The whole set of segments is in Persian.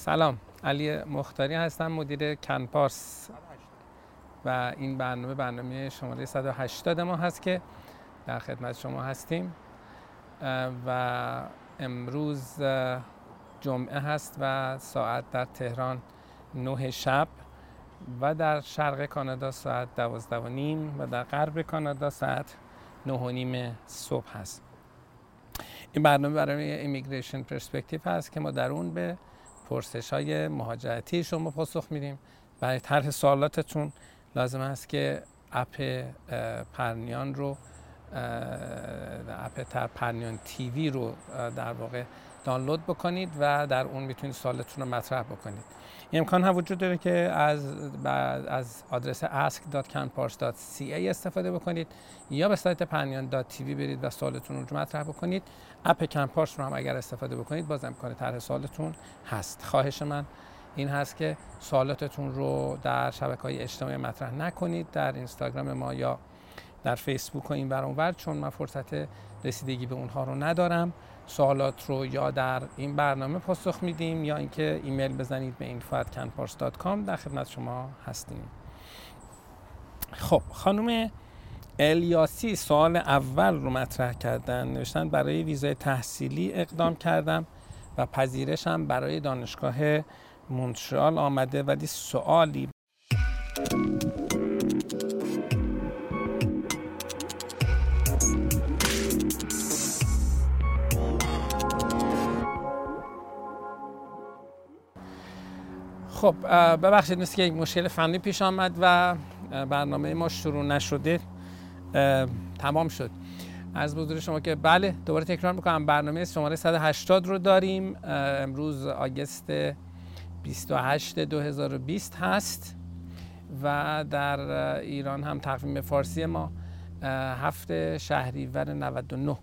سلام، علی مختاری هستم، مدیر کنپارس و این برنامه شماره 180 ما هست که در خدمت شما هستیم و امروز جمعه هست و ساعت در تهران 9 شب و در شرق کانادا ساعت 12:30 و در غرب کانادا ساعت 9:30 صبح هست. این برنامه برای ایمیگریشن پرسپکتیو هست که ما در اون به پرسش‌های مهاجرتی شما پاسخ میدیم. برای طرح سوالاتتون لازم است که اپ پرنیان رو اپ پرنیان تیوی رو در واقع دانلود بکنید و در اون میتونید سوالتون رو مطرح بکنید. این امکان هم وجود داره که از آدرس ask.canpars.ca استفاده بکنید یا به سایت pernian.tv برید و سوالتون رو مطرح بکنید. اپ کنپارس رو هم اگر استفاده بکنید باز امکان طرح سوالتون هست. خواهش من این هست که سوالاتتون رو در شبکه‌های اجتماعی مطرح نکنید، در اینستاگرام ما یا در فیسبوک و این ور اون ور، چون من فرصت رسیدگی به اونها رو ندارم. سوالات رو یا در این برنامه پاسخ میدیم یا اینکه ایمیل بزنید به info@canpars.com. در خدمت شما هستیم. خب، خانم الیاسی سوال اول رو مطرح کردن، نوشتن برای ویزای تحصیلی اقدام کردم و پذیرشم برای دانشگاه مونترال آمده، ولی سوالی خب ببخشید، مثل که یک مشکل فنی پیش آمد و برنامه ما شروع نشده تمام شد. عرض به حضور شما که بله، دوباره تکرار میکنم، برنامه شماره 180 رو داریم. امروز آگست 28 2020 هست و در ایران هم تقویم فارسی ما 7 شهریور 99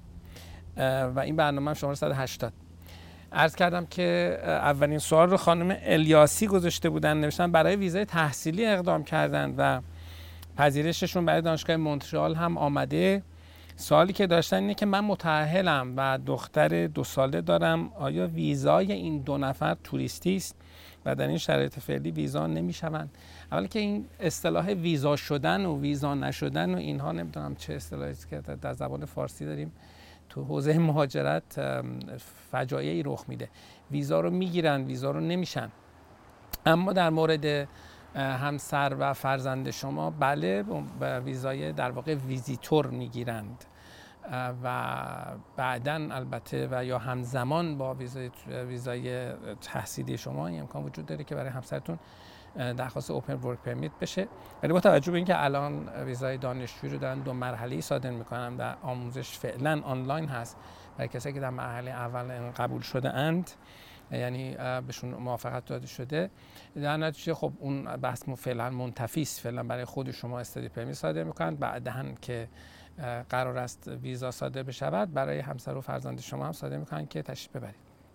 و این برنامه هم شماره 180. عرض کردم که اولین سوال رو خانم الیاسی گذاشته بودن، نوشتن برای ویزای تحصیلی اقدام کردن و پذیرششون برای دانشگاه مونترال هم آمده. سوالی که داشتن اینه که من متأهلم و دختر 2 ساله دارم، آیا ویزای این 2 نفر توریستی است و در این شرایط فعلی ویزا نمیشوند؟ اولی که این اصطلاح ویزا شدن و ویزا نشدن و اینها نمیدونم چه اصطلاحی است که در زبان فارسی داریم، تو حوزه مهاجرت فجایعی رخ میده. ویزا رو میگیرن، ویزا رو نمیشن. اما در مورد همسر و فرزند شما بله، ویزای در واقع ویزیتور میگیرند و بعداً البته و یا همزمان با ویزای تحصیلی شما این امکان وجود داره که برای همسرتون درخواست اوپن ورک پرمیت بشه. ولی با توجه به اینکه الان ویزای دانشجویی رو دارن 2 مرحله‌ای صادر میکنن و آموزش فعلا آنلاین هست برای کسایی که در مرحله اول قبول شده اند، یعنی بهشون موافقت داده شده، در نتیجه خب اون بحث فعلا منتفی است. فعلا برای خود شما استادی پرمیت صادر میکنن، بعداً که قرار است ویزا صادر بشود برای همسر و فرزند شما هم صادر میکنن که تشریف ببرید.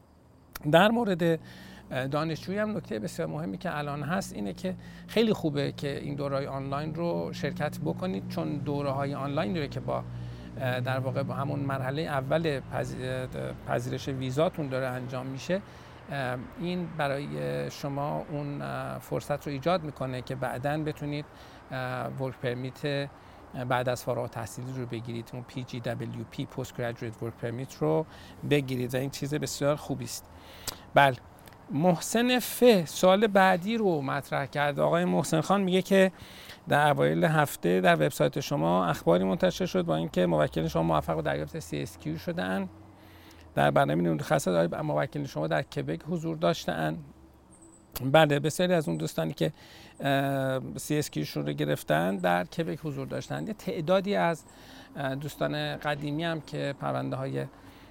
در مورد دانشجویی هم نکته بسیار مهمی که الان هست اینه که خیلی خوبه که این دوره‌های آنلاین رو شرکت بکنید، چون دوره‌های آنلاین رو که با در واقع با همون مرحله اول پذیرش ویزاتون داره انجام میشه، این برای شما اون فرصت رو ایجاد میکنه که بعداً بتونید ورک پرمیت بعد از فارغ التحصیلی رو بگیرید، اون PGWP Post Graduate Work Permit رو بگیرید و این چیز بسیار خوبی است. بله، محسن سوال بعدی رو مطرح کرد. آقای محسن خان میگه که در اوایل هفته در وبسایت شما اخباری منتشر شد با اینکه موکلین شما موفق به دریافت CSQ شده‌اند. در برنامه متخصص موکلین شما در کبک حضور داشته‌اند. بله، بسیاری از اون دوستانی که CSQ شون رو گرفتن در کبک حضور داشتند. یه تعدادی از دوستان قدیمی هم که پرونده های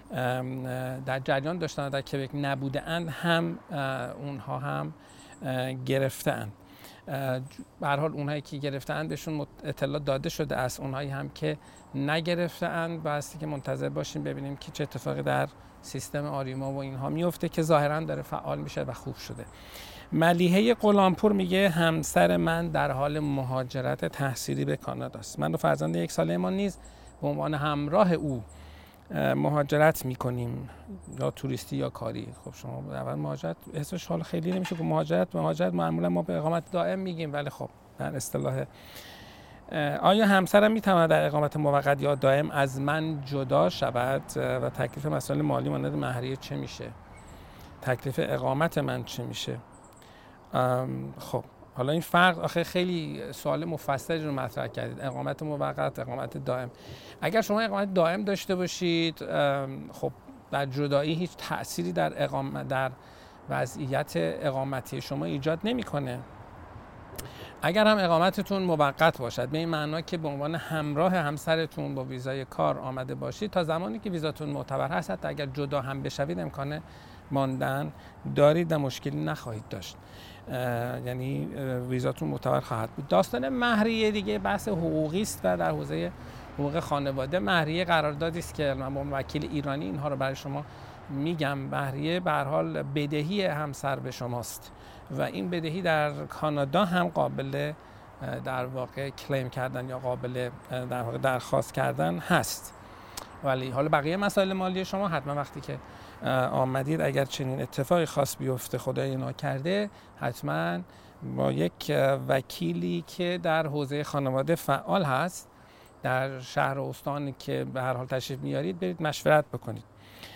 در جریان داشتن در کبک نبوده اند هم اونها هم گرفتن. به هر حال اونهایی که گرفتن بهشون اطلاع داده شده است، اونهایی هم که نگرفتن بایستی که منتظر باشیم ببینیم که چه اتفاقی در سیستم آریما و اینها میفته که ظاهرا داره فعال میشه و خوب شده. ملیحه غلامپور میگه همسر من در حال مهاجرت تحصیلی به کانادا است. من و فرزند 1 ساله ما نیز به عنوان همراه او مهاجرت میکنیم یا توریستی یا کاری. خب شما اول مهاجرت اسمش حالا خیلی نمیشه که مهاجرت معمولا ما به اقامت دائم میگیم، ولی خب در اصطلاح آیا همسرم میتواند در اقامت موقت یا دائم از من جدا شود و تکلیف مسائل مالی مانند مهریه چه میشه؟ تکلیف اقامت من چه میشه؟ خب حالا این فرق آخه خیلی سوال مفصلی رو مطرح کردید. اقامت موقت، اقامت دائم. اگر شما اقامت دائم داشته باشید خب در جدایی هیچ تأثیری در وضعیت اقامتی شما ایجاد نمیکنه. اگر هم اقامتتون موقت باشد به این معنا که به عنوان همراه همسرتون با ویزای کار آمده باشید، تا زمانی که ویزاتون معتبر هست، حتی اگر جدا هم بشوید امکان ماندن دارید و مشکلی نخواهید داشت، یعنی ویزاتون معتبر خواهد بود. داستان مهریه دیگه بحث حقوقی است و در حوزه حقوق خانواده مهریه قراردادی است که من با وکیل ایرانی اینها رو برای شما میگم. مهریه به هر حال بدهی همسر به شماست و این بدهی در کانادا هم قابل در واقع کلیم کردن یا قابل در واقع درخواست کردن هست. ولی حالا بقیه مسائل مالی شما حتما وقتی که آمدید اگر چنین اتفاقی خاص بیفته خدای ناکرده، حتما با یک وکیلی که در حوزه خانواده فعال هست در شهر و استانی که به هر حال تشریف میارید برید مشورت بکنید.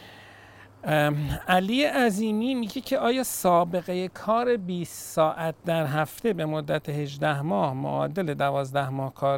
علی عظیمی میگه که آیا سابقه کار 20 ساعت در هفته به مدت 18 ماه معادل 12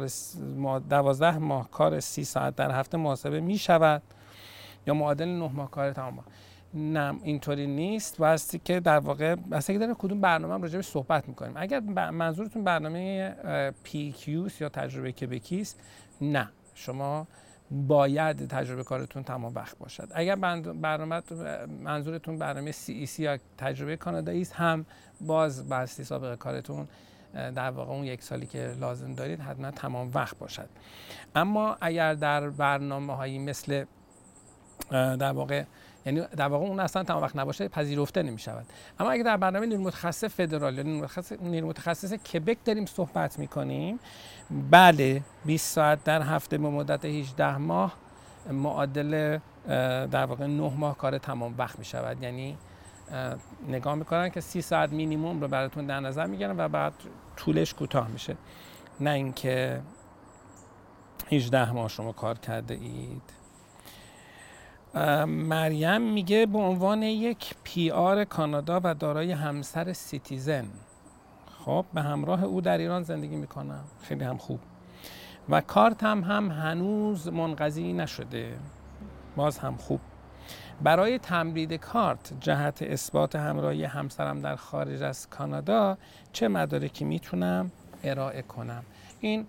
ماه کار 30 ساعت در هفته محاسبه میشود یا معادل 9 ماه کار تمام؟ نه اینطوری نیست. واسه که در واقع واسه که در کدوم برنامه هم راجعش صحبت میکنیم. اگر منظورتون برنامه PQs یا تجربه کبکیست، نه شما باید تجربه کارتون تمام وقت باشد. اگر منظورتون برنامه CEC یا تجربه کانادایی است، هم باز بسته سابقه کارتون در واقع اون 1 سالی که لازم دارید حتما تمام وقت باشد. اما اگر در برنامه‌هایی مثل در واقع اون اصلا تمام وقت نباشه پذیرفته نمی شود. اما اگر در برنامه نیروی متخصص فدرال یا نیروی متخصص کبک داریم صحبت می کنیم، بله 20 ساعت در هفته به مدت 18 ماه معادل در واقع 9 ماه کار تمام وقت می شود. یعنی نگاه میکنن که 30 ساعت مینیمم رو براتون در نظر میگیرن و بعد طولش کوتاه میشه، نه اینکه 18 ماه شما کار کرده اید. مریم میگه به عنوان یک PR کانادا و دارای همسر سیتیزن، خب به همراه او در ایران زندگی میکنم، خیلی هم خوب، و کارتم هم هنوز منقضی نشده، باز هم خوب. برای تمدید کارت جهت اثبات همراهی همسرم در خارج از کانادا چه مدارکی میتونم ارائه کنم؟ این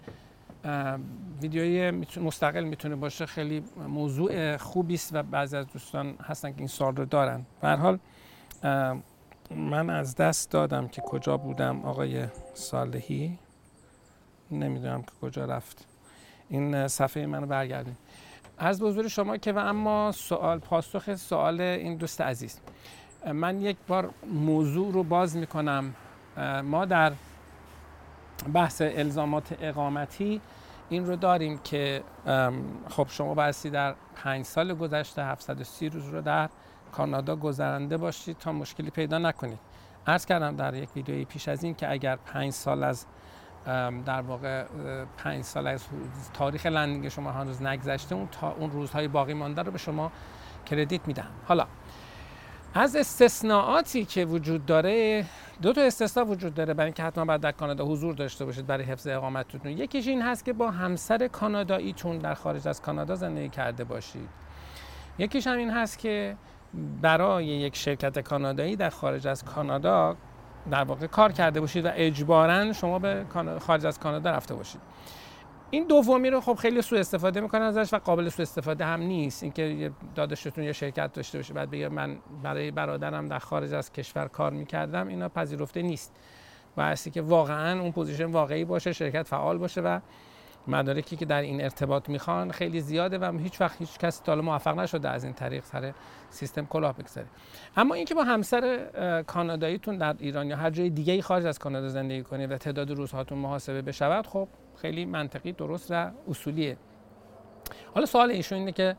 ویدیوی مستقل میتونه باشه، خیلی موضوع خوبی است و بعضی از دوستان هستن که این سوال رو دارن. به هر حال من از دست دادم که کجا بودم. آقای صالحی نمیدونم که کجا رفت. این صفحه منو برگردین. عرض به حضور شما که و اما پاسخ سوال این دوست عزیز، من یک بار موضوع رو باز میکنم. ما در بحث الزامات اقامتی این رو داریم که خب شما بایستی در 5 سال گذشته 730 روز رو در کانادا گذرانده باشید تا مشکلی پیدا نکنید. عرض کردم در یک ویدیوی پیش از این که اگر 5 سال از در واقع 5 سال از تاریخ لندینگ شما هنوز نگذشته، اون روزهای باقی مانده رو به شما کردیت میدهم. حالا از استثناءاتی که وجود داره، 2 تا استثناء وجود داره برای اینکه حتما باید در کانادا حضور داشته باشید برای حفظ اقامتتون. یکیش این هست که با همسر کاناداییتون در خارج از کانادا زندگی کرده باشید. یکیش هم این هست که برای یک شرکت کانادایی در خارج از کانادا در واقع کار کرده باشید و اجباراً شما به خارج از کانادا رفته باشید. این دومی رو خب خیلی سوء استفاده میکنن ازش و قابل سوء استفاده هم نیست. اینکه داداشتون یه شرکت داشته باشه بعد بگه من برای برادرم در خارج از کشور کار میکردم، اینا پذیرفته نیست. واسه که واقعا اون پوزیشن واقعی باشه، شرکت فعال باشه و مدارکی که در این ارتباط میخوان خیلی زیاده و هیچ وقت هیچ کس تا موفق نشده از این طریق سر سیستم کلاه بگذاره. اما اینکه با همسر کاناداییتون در ایران یا هر جای دیگه‌ای خارج از کانادا زندگی کنید و تعداد روزهاتون محاسبه بشود، خب خیلی منطقی، درست و اصولیه. حالا سوال ایشون اینه که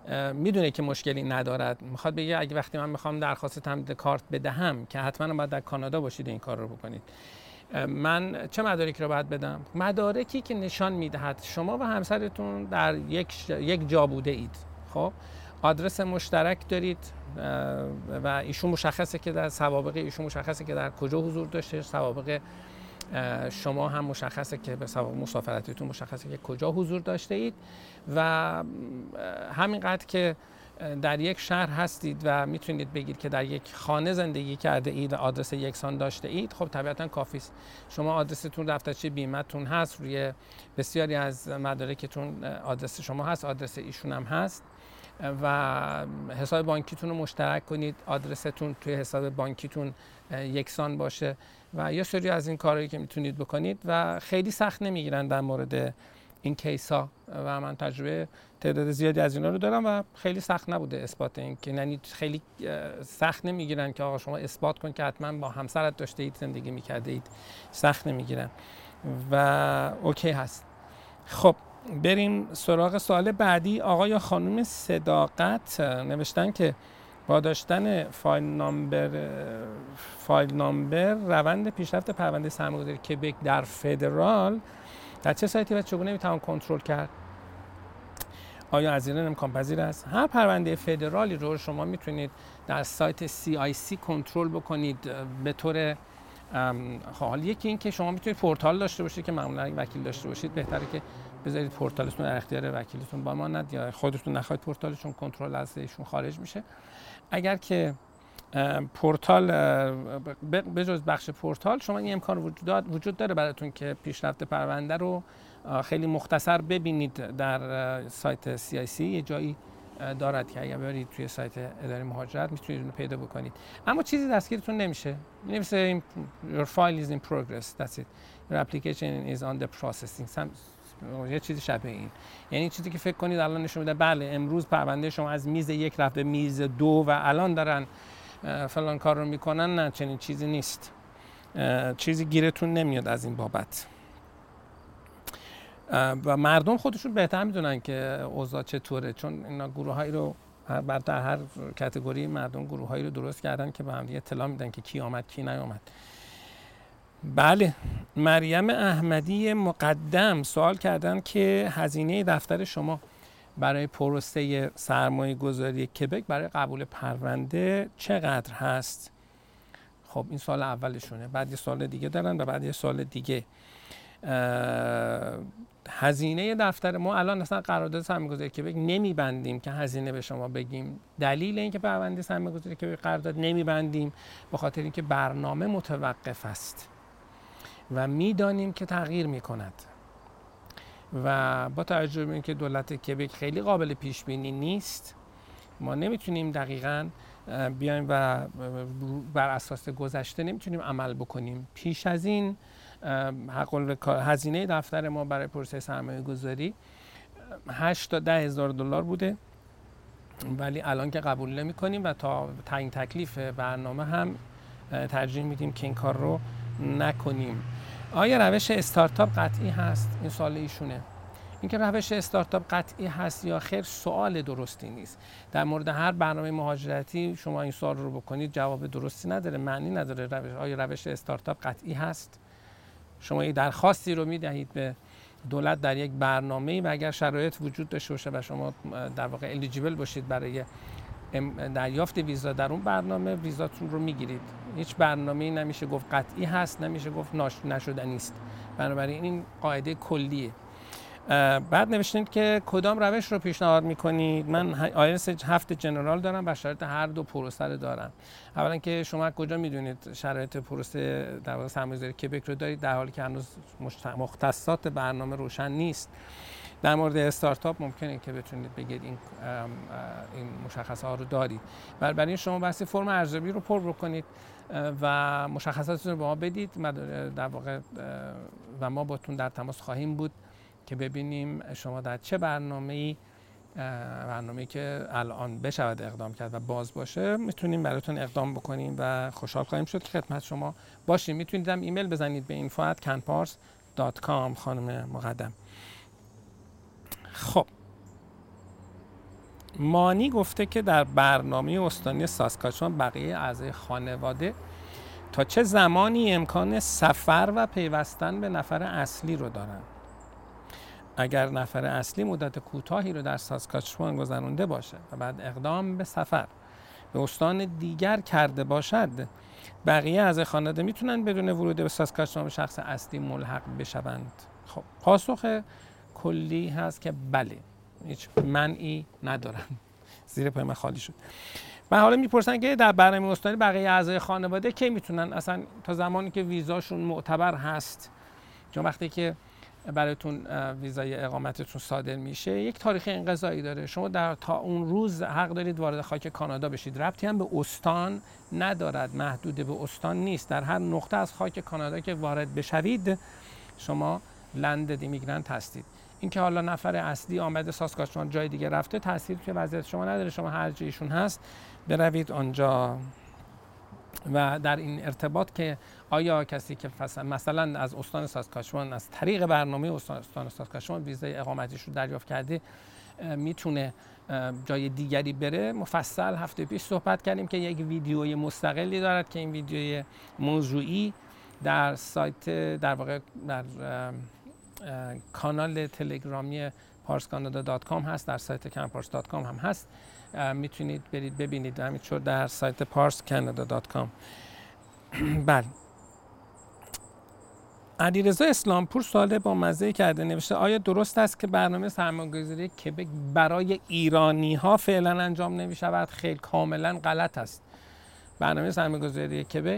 میدونه که مشکلی ندارد، میخواد بگه اگه وقتی من میخوام درخواست تمدید کارت بدهم که حتما باید در کانادا باشید این کار رو بکنید، من چه مدارکی رو باید بدم؟ مدارکی که نشان میدهد شما و همسرتون در یک جا بوده اید. خب آدرس مشترک دارید و ایشون مشخصه که در سوابق ایشون مشخصه که در کجا حضور داشته، سوابق شما هم مشخصه که به سوابق مسافرتیتون مشخصه که کجا حضور داشته اید و همینقدر که در یک شهر هستید و میتونید بگید که در یک خانه زندگی کرده اید و آدرس یکسان داشته اید، خب طبیعتا کافی است. شما آدرستون دفترچه بیمه‌تون هست، روی بسیاری از مدارکتون آدرس شما هست، آدرس ایشون هم هست و حساب بانکیتون رو مشترک کنید، آدرستون توی حساب بانکیتون یکسان باشه و یه سری از این کارهایی که میتونید بکنید و خیلی سخت نمیگیرن در مورد این کیس ها و من تجربه تعداد زیادی از اینا رو دارم و خیلی سخت نبوده اثبات این که، یعنی خیلی سخت نمیگیرن که آقا شما اثبات کن که حتما با همسرت داشته اید زندگی میکرده اید، سخت نمیگیرن و اوکی هست. خب بریم سراغ سوال بعدی. آقا یا خانم صداقت نوشتن که با داشتن فایل نامبر روند پیشرفت پرونده سرمایه‌گذاری کبک در فدرال در چه سایتی و چگونه میتوان کنترل کرد؟ آیا از این امکان پذیر است؟ هر پرونده فدرالی رو شما میتونید در سایت CIC کنترل بکنید به طور حال. یکی این که شما میتونید پورتال داشته باشید که معمولا وکیل داشته باشید، بهتره که بذارید پورتالتون در اختیار وکیلتون بماند یا خودتون نخواهید پورتالشون کنترل از ایشون خارج میشه. اگر که پورتال به جز بخش پورتال شما این امکان وجود داره براتون که پیشرفت پرونده رو خیلی مختصر ببینید در سایت CIC. یه جایی دارد که اگر برید توی سایت اداره مهاجرت میتونید اون رو پیدا بکنید، اما چیزی دستگیرتون نمیشه. نمیشه your file is in progress, that's it, your application is under processing، یه چیزی شبیه این. یعنی چیزی که فکر کنید الان نشون میده بله امروز پرونده شما از میز 1 رفته میز 2 و الان دارن فلان کار رو میکنن، نه چنین چیزی نیست، چیزی گیرتون نمیاد از این بابت و مردم خودشون بهتر میدونن که اوضاع چطوره، چون اینا گروهایی رو در هر کاتگوری مردم گروهایی رو درست کردن که به هم دیگه اطلاع میدن که کی آمد کی نیامد. بله، مریم احمدی مقدم سوال کردن که هزینه دفتر شما برای پروسه سرمایه گذاری کبک برای قبول پرونده چقدر هست؟ خب این سوال اولشونه، بعد یه سوال دیگه دارن و بعد یه سوال دیگه. هزینه دفتر ما الان اصلا قرارداد سرمایه‌گذاری کبک نمیبندیم که هزینه به شما بگیم. دلیل اینکه پرونده سرمایه‌گذاری کبک قرارداد نمیبندیم به خاطر اینکه برنامه متوقف است و میدانیم که تغییر میکند و با توجه به اینکه دولت کبک خیلی قابل پیش بینی نیست، ما نمیتونیم دقیقاً بیایم و بر اساس گذشته نمیتونیم عمل بکنیم. پیش از این هزینه دفتر ما برای پروسه سرمایه گذاری 8 تا 10 هزار دلار بوده، ولی الان که قبول نمی کنیم و تا تعیین تکلیف برنامه هم ترجیح میدیم که این کار رو نکنیم. آیا روش استارتاپ قطعی هست؟ این سوال ایشونه. اینکه روش استارتاپ قطعی هست یا خیر سوال درستی نیست. در مورد هر برنامه مهاجرتی شما این سوال رو بکنید جواب درستی نداره، معنی نداره. آیا روش استارتاپ قطعی هست؟ شما یک درخواستی رو میدهید به دولت در یک برنامه‌ای و اگر شرایط وجود داشته باشه و شما در واقع الیجیبل باشید برای دریافت ویزا در اون برنامه، ویزاتون رو میگیرید. هیچ برنامه‌ای نمیشه گفت قطعی هست، نمیشه گفت نشدنی است. بنابراین این قاعده کلیه. بعد نوشتید که کدام روش رو پیشنهاد میکنید؟ من آیلتس 7 جنرال دارم و شرایط هر دو پروسه رو دارم. اولا که شما کجا میدونید شرایط پروسه در واقع سرمایه‌گذاری کبک رو دارید در حالی که هنوز مختصات برنامه روشن نیست؟ در مورد استارتاپ ممکنه که بتونید بگید این مشخصات ها رو دارید. برای شما بحث فرم ارزیابی رو پر بکنید و مشخصاتتون رو به ما بدید در واقع و ما باتون در تماس خواهیم بود که ببینیم شما در چه برنامه‌ای که الان بشود اقدام کرد و باز باشه میتونیم براتون اقدام بکنیم و خوشحال خواهیم شد که خدمت شما باشیم. میتونید هم ایمیل بزنید به info@canpars.com خانم مقدم. خب مانی گفته که در برنامه استانی ساسکاچوان بقیه اعضای خانواده تا چه زمانی امکان سفر و پیوستن به نفر اصلی رو دارن. اگر نفر اصلی مدت کوتاهی رو در ساسکاچوان گذرانده باشه و بعد اقدام به سفر به استان دیگر کرده باشد، بقیه اعضای خانواده میتونن بدون ورود به ساسکاچوان به شخص اصلی ملحق بشوند. خب پاسخ کلی هست که بله، هیچ منعی ندارن. زیر پای من خالی شد. و حالا میپرسن که در برنامه استانی بقیه اعضای خانواده کی میتونن، اصلا تا زمانی که ویزاشون معتبر هست، چون وقتی که براتون ویزای اقامتتون صادر میشه یک تاریخ انقضایی داره، شما در تا اون روز حق دارید وارد خاک کانادا بشید. ربطی هم به استان ندارد، محدود به استان نیست. در هر نقطه از خاک کانادا که وارد بشوید شما لندد ایمیگرنت هستید. اینکه حالا نفر اصلی آمده ساسکاچوان جای دیگه رفته تاثیر توی وضعیت شما نداره، شما هر جایشون هست بروید آنجا. و در این ارتباط که آیا کسی که مثلا از استان ساسکاچوان از طریق برنامه استان ساسکاچوان ویزای اقامتیش رو دریافت کرده میتونه جای دیگری بره، مفصل هفته پیش صحبت کردیم که یک ویدیوی مستقلی دارد که این ویدیوی موضوعی در سایت، در واقع در کانال تلگرامی parscanada.com هست، در سایت campars.com هم هست، میتونید برید ببینید، همینطور در سایت parscanada.com. بله. علیرضا اسلامپور سوال با مزه کرده، نوشته آیا درست است که برنامه سرمایه‌گذاری کبک برای ایرانی ها فعلا انجام نمی شود؟ خیلی کاملا غلط است. برنامه سرمایه‌گذاری کبک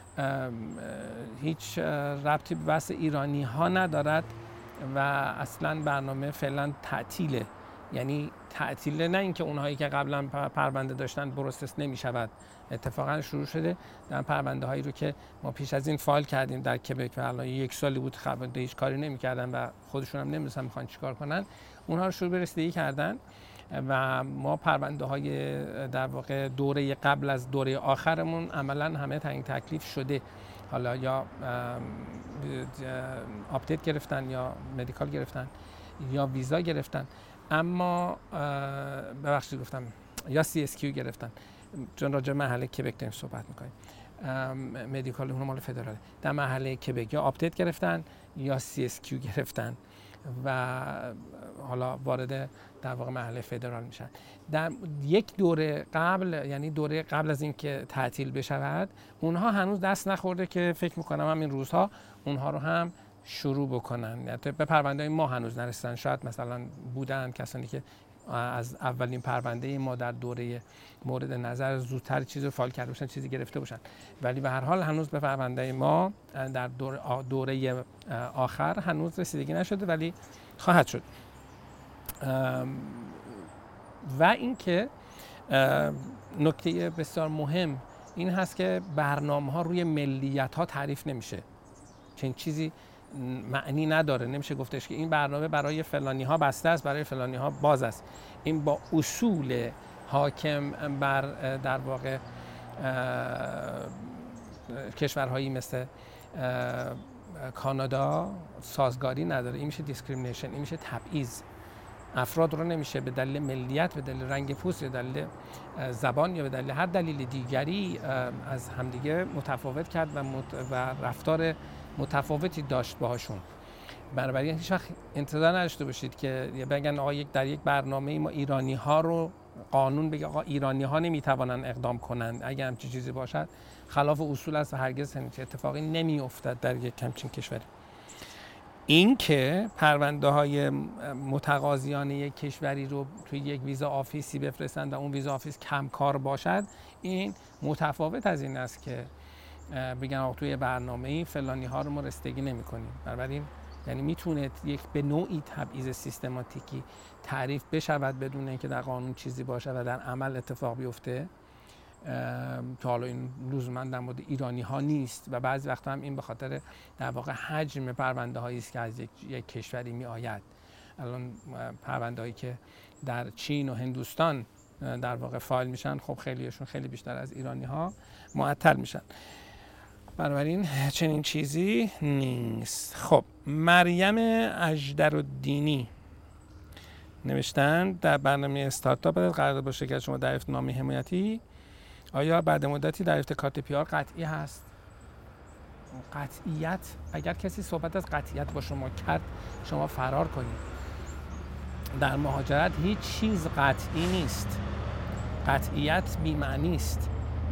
هیچ ربطی به بحث ایرانی ها ندارد و اصلا برنامه فعلا تعطیله. یعنی تعطیله، نه اینکه اونهایی که قبلا پرونده داشتن پروسس نمی شود، اتفاقا شروع شده. در پرونده هایی رو که ما پیش از این فایل کردیم در کبک و الان یک سالی بود خبرده هیچ کاری نمی کردن و خودشون هم نمی‌دونستن میخوان چیکار کنن، اونها رو شروع به رسیدگی کردن و ما پرونده های در واقع دوره قبل از دوره آخرمون عملا همه تعیین تکلیف شده. حالا یا آپدیت گرفتن یا مدیکال گرفتن یا ویزا گرفتن، اما ببخشید گفتم یا CSQ گرفتن، چون راجع محله کبک داریم صحبت میکنیم. مدیکال اون مال فدراله. در محله کبک یا آپدیت گرفتن یا CSQ گرفتن و حالا وارد در واقع محله فدرال میشن. در یک دوره قبل، یعنی دوره قبل از اینکه تعطیل بشود، اونها هنوز دست نخورده که فکر میکنم همین روزها اونها رو هم شروع بکنن. یعنی به پرونده ما هنوز نرسیدن، شاید مثلا بودن کسانی که از اولین پرونده ما در دوره مورد نظر زودتر چیزی رو فایل کرده باشن، چیزی گرفته باشن، ولی به هر حال هنوز به پرونده ما در دوره آخر هنوز رسیدگی نشده، ولی خواهد شد. و اینکه نکته بسیار مهم این هست که برنامه‌ها روی ملیت‌ها تعریف نمیشه. چنین چیزی معنی نداره. نمیشه گفتش که این برنامه برای فلانی ها بسته است، برای فلانی ها باز است. این با اصول حاکم بر در واقع کشورهایی مثل کانادا سازگاری نداره. این میشه دیسکریمینیشن، این میشه تبعیض. افراد رو نمیشه به دلیل ملیت، به دلیل رنگ پوست، به دلیل زبان یا به دلیل هر دلیل دیگری از همدیگه متفاوت کرد و رفتار متفاوتی داشت باهاشون. بنابراین هیچ وقت انتظار نداشته باشید که بگن آقا در یک برنامه ما ایرانی ها رو قانون بگه آقا ایرانی ها نمیتوانن اقدام کنند. اگه همچین چیزی باشد خلاف اصول است و هرگز همچین اتفاقی نمیافتد در یک همچین کشوری. این که پرونده های متقاضیان یک کشوری رو توی یک ویزا آفیسی بفرستند و اون ویزا آفیس کمکار باشد، این متفاوت از این است که بگن آقا توی برنامه‌ای فلانی ها رو ما رسیدگی نمی‌کنیم. بنابراین یعنی میتونه یک به نوعی تبعیض سیستماتیکی تعریف بشود بدون اینکه در قانون چیزی باشه و در عمل اتفاق بیفته، که حالا این لزوما در مورد ایرانی ها نیست و بعضی وقتا هم این به خاطر در واقع حجم پرونده هایی است که از یک کشوری می آید. الان پرونده هایی که در چین و هندوستان در واقع فایل میشن، خب خیلیشون خیلی بیشتر از ایرانی ها معطل میشن. بنابراین چنین چیزی نیست. خب مریم اژدرالدینی نوشتن در برنامه استارتاپ قرار با شرکت شما دریافت نامه حمایتی، آیا بعد مدتی دریافت کارت PR قطعی هست؟ قطعیت، اگر کسی صحبت از قطعیت با شما کرد شما فرار کنید. در مهاجرت هیچ چیز قطعی نیست. قطعیت بی‌معنی است.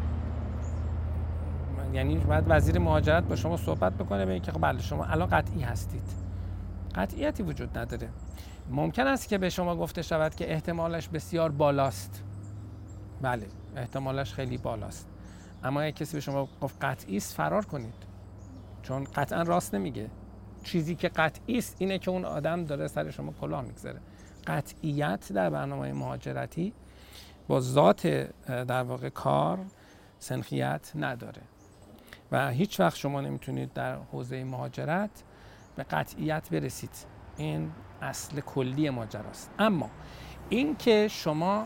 یعنی باید وزیر مهاجرت با شما صحبت بکنه بگه که بله شما الان قطعی هستید. قطعیتی وجود نداره. ممکن است که به شما گفته شود که احتمالش بسیار بالاست. بله، احتمالش خیلی بالاست. اما اگه کسی به شما گفت قطعی است، فرار کنید. چون قطعا راست نمیگه. چیزی که قطعی است اینه که اون آدم داره سر شما کلاه میگذاره. قطعیت در برنامه مهاجرتی با ذات در واقع کار سنخیت نداره و هیچ وقت شما نمیتونید در حوزه مهاجرت به قطعیت برسید. این اصل کلی ماجراست. اما این که شما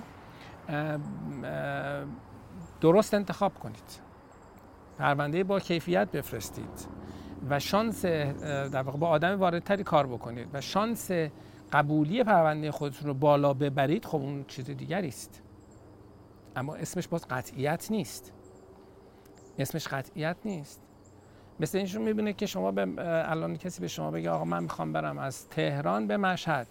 درست انتخاب کنید، پرونده با کیفیت بفرستید و شانس در واقع با آدم واردتری کار بکنید و شانس قبولی پرونده خودتون رو بالا ببرید، خب اون چیز دیگری است. اما اسمش باز قطعیت نیست. اسمش قطعیت نیست. مثل اینشون میبینه که شما الان کسی به شما بگه آقا من میخوام برم از تهران به مشهد،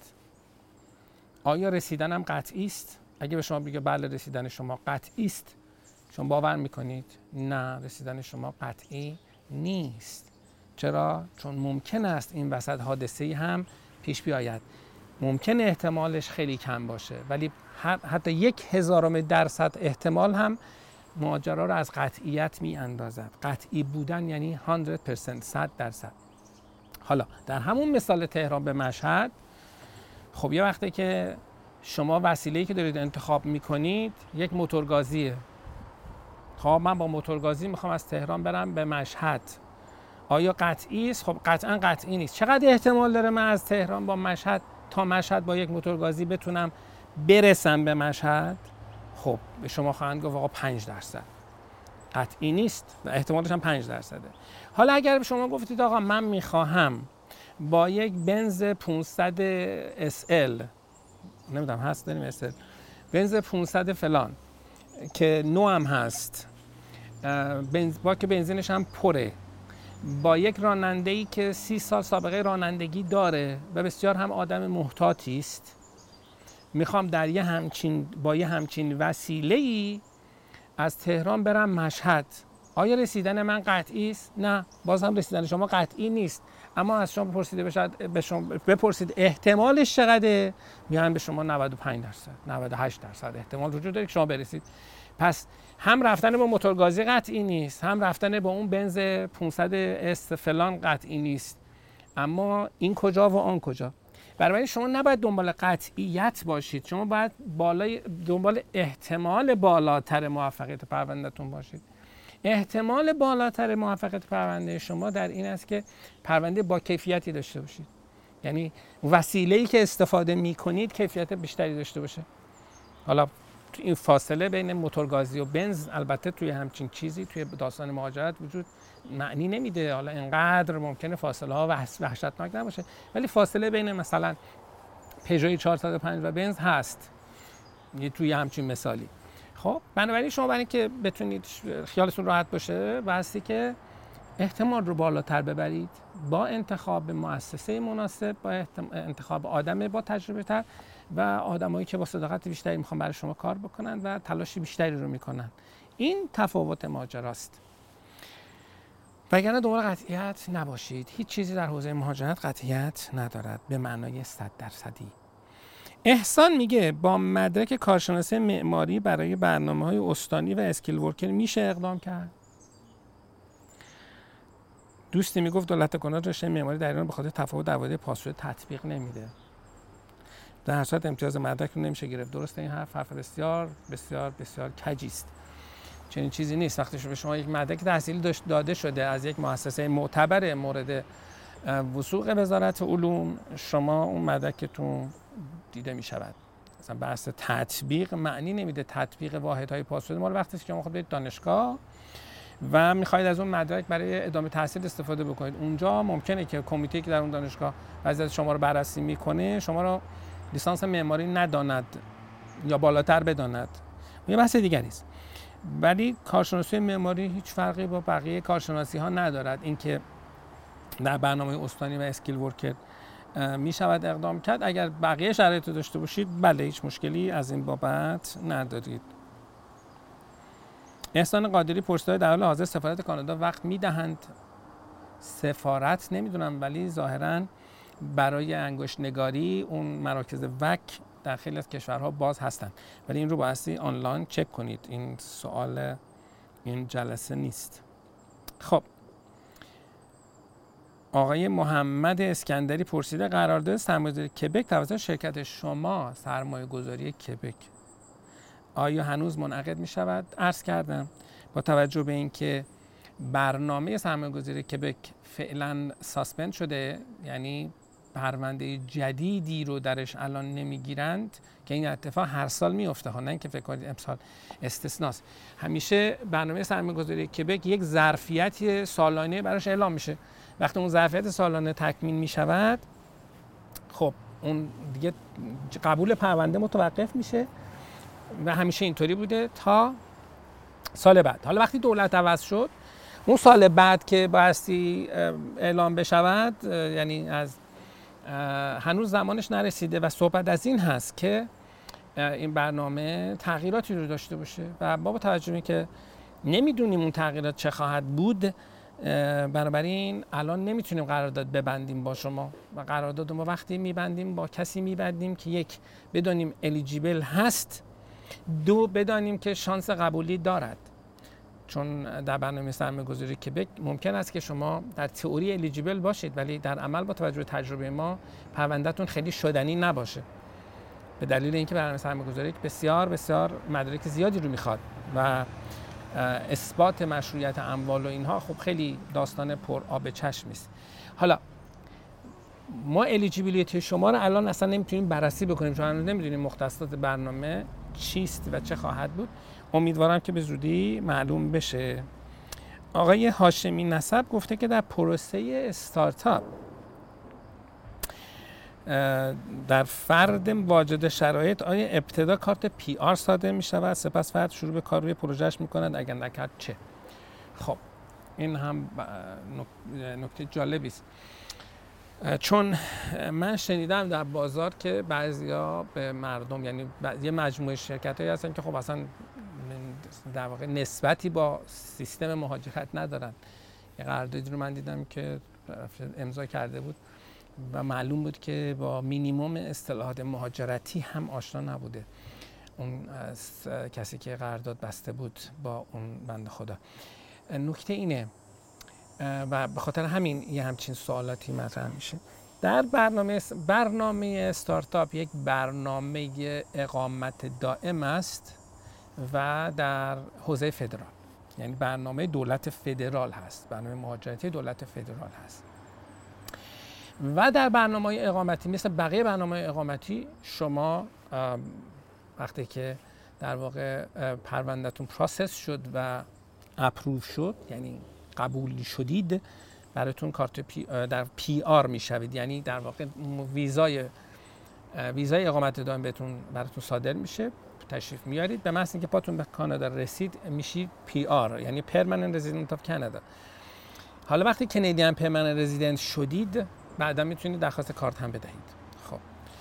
آیا رسیدنم قطعی است؟ اگه به شما بگه بله رسیدن شما قطعی است، شما باور میکنید؟ نه، رسیدن شما قطعی نیست. چرا؟ چون ممکن است این وسط حادثه‌ای هم پیش بیاید. ممکن احتمالش خیلی کم باشه، ولی حتی 0.1% احتمال هم ماجرا رو از قطعیت می اندازد. قطعی بودن یعنی 100%، 100%. حالا در همون مثال تهران به مشهد، خب یه وقته که شما وسیله‌ای که دارید انتخاب میکنید یک موتورگازیه. خب من با موتورگازی میخوام از تهران برم به مشهد، آیا قطعی است؟ خب قطعا قطعی نیست. چقدر احتمال داره من از تهران با مشهد تا مشهد با یک موتورگازی بتونم برسم به مشهد؟ خب به شما خواهند گفت آقا 5%. قطعی نیست و احتمالش هم 5%. حالا اگر به شما گفتید آقا من میخواهم با یک بنز 500 SL، نمیدونم هست داریم SL، بنز 500 فلان که نوعم هست، با که بنزینش هم پره، با یک راننده‌ای که 30 سال سابقه رانندگی داره و بسیار هم آدم محتاطی است، میخوام در با یه همچین وسیله‌ای از تهران برم مشهد، آیا رسیدن من قطعی است؟ نه، باز هم رسیدن شما قطعی نیست. اما از شما بپرسید احتمالش چقدره، میگن به شما 95%، 98% احتمال وجود داره که شما برسید. پس هم رفتن با موتورگازی قطعی نیست، هم رفتن با اون بنز 500 اس فلان قطعی نیست. اما این کجا و آن کجا؟ برای شما نباید دنبال قطعیت باشید، شما باید دنبال احتمال بالاتر موفقیت پروندهتون باشید. احتمال بالاتر موفقیت پرونده شما در این است که پرونده با کیفیتی داشته باشید. یعنی وسیله‌ای که استفاده می‌کنید کیفیت بیشتری داشته باشه. حالا این فاصله بین موتورگازی و بنز البته توی همچین چیزی توی داستان مهاجرت وجود معنی نمیده. حالا اینقدر ممکنه فاصله ها وحشتناک نباشه، ولی فاصله بین مثلا پژو 405 و بنز هست توی همچین مثالی. خب بنابراین شما برای اینکه بتونید خیالتون راحت باشه بایستی که احتمال رو بالاتر ببرید با انتخاب مؤسسه مناسب، با انتخاب آدم با تجربه تر و آدمایی که با صداقت بیشتری میخوان برای شما کار بکنن و تلاش بیشتری رو میکنن. این تفاوت ماجراست. وگرنه دنبال قطعیت نباشید. هیچ چیزی در حوزه مهاجرت قطعیت ندارد به معنای 100%. احسان میگه با مدرک کارشناسی معماری برای برنامه‌های استانی و اسکیل ورکر میشه اقدام کرد؟ دوستی میگفت دولت کنار رشته معماری در ایران به خاطر تفاوت در واحد پاسخ تطبیق نمیده. در هر صورت امتیاز مدرک رو نمیشه گرفت. درسته این حرف بسیار بسیار بسیار کجی است. چنین چیزی نیست. وقتی به شما یک مدرک تحصیلی داده شده از یک مؤسسه معتبر مورد وثوق وزارت علوم، شما اون مدرکتون دیده می شود. مثلا بحث تطبیق معنی نمیده. تطبیق واحدهای پاسخ مال وقتی که شما برید دانشگاه و میخواید از اون مدرک برای ادامه تحصیل استفاده بکنید، اونجا ممکنه که کمیته که در اون دانشگاه وضعیت شما رو بررسی میکنه شما رو لیسانس معماری نداند یا بالاتر بداند یه بحث دیگری است. ولی کارشناسی معماری هیچ فرقی با بقیه کارشناسی ها ندارد. اینکه در برنامه استانی و اسکیل ورکر می شود اقدام کرد، اگر بقیه شرایط رو داشته باشید بله هیچ مشکلی از این بابت ندارید. احسان قادری پرسید در حال حاضر سفارت کانادا وقت میدهند؟ سفارت نمیدونم، ولی ظاهراً برای انگشت نگاری اون مراکز وک در خیلی از کشورها باز هستند، ولی این رو بایستی آنلاین چک کنید. این سوال این جلسه نیست. خب آقای محمد اسکندری پرسیده قرارداد سرمایه‌گذاری کبک توسط شرکت شما سرمایه‌گذاری کبک آیا هنوز منعقد می شود؟ عرض کردم با توجه به اینکه برنامه سرمایه‌گذاری کبک فعلا ساسپند شده، یعنی پرونده جدیدی رو درش الان نمیگیرند که این اتفاق هر سال میفته ها، نه اینکه فکر کنید امسال استثناست. همیشه برنامه سرمایه‌گذاری کبک یک ظرفیت سالانه براش اعلام میشه. وقتی اون ظرفیت سالانه تکمیل میشود خب اون دیگه قبول پرونده متوقف میشه و همیشه اینطوری بوده تا سال بعد. حالا وقتی دولت عوض شد اون سال بعد که بایستی اعلام بشود، یعنی از هنوز زمانش نرسیده و صحبت از این هست که این برنامه تغییراتی رو داشته باشه و با توجه به که نمیدونیم اون تغییرات چه خواهد بود، بنابراین الان نمیتونیم قرارداد ببندیم با شما و قرارداد ما وقتی میبندیم با کسی میبندیم که یک بدانیم الیجیبل هست، دو بدانیم که شانس قبولی دارد. چون در برنامه سرمایه‌گذاری کبک ممکن است که شما در تئوری الیجیبل باشید ولی در عمل با توجه به تجربه ما پروندهتون خیلی شدنی نباشه، به دلیل اینکه برنامه سرمایه‌گذاری بسیار بسیار مدارک زیادی رو میخواد و اثبات مشروعیت اموال و اینها خب خیلی داستان پر آب چشم است. حالا ما الیجیبیلیتی شما رو الان اصلا نمیتونیم بررسی بکنیم چون هنوز نمیدونیم مختصات برنامه چیست و چه خواهد بود. امیدوارم که به زودی معلوم بشه. آقای هاشمی نسب گفته که در پروسه استارتاپ در فرد واجد شرایط آیا ابتدا کارت پی آر صادر می شود سپس فرد شروع به کار روی پروژهش می کند، اگر نکرد چه؟ خب این هم نکته جالبی است، چون من شنیدم در بازار که بعضیا به مردم، یعنی یه مجموعه شرکتایی هستن که خب اصلا در واقع نسبتی با سیستم مهاجرت ندارن. یه قراردادی رو من دیدم که امضا کرده بود و معلوم بود که با مینیمم اصطلاحات مهاجرتی هم آشنا نبوده اون کسی که قرارداد بسته بود با اون بنده خدا. نکته اینه و به خاطر همین یه همچین سوالاتی مطرح میشه. در برنامه استارتاپ یک برنامه اقامت دائم است و در حوزه فدرال، یعنی برنامه دولت فدرال هست، برنامه مهاجرتی دولت فدرال هست. و در برنامه اقامتی مثل بقیه برنامه اقامتی شما وقتی که در واقع پروندهتون پروسس شد و اپروو شد، یعنی قبول شدید، براتون کارت در پی آر میشوید، یعنی در واقع ویزای اقامت دائم براتون صادر میشه، تشریف میارید، به محض اینکه پاتون به کانادا رسید میشید پی آر، یعنی پرمننت رزیدنت آف کانادا. حالا وقتی کانادین پرمننت رزیدنت شدید بعدا میتونید درخواست کارت هم بدهید. خب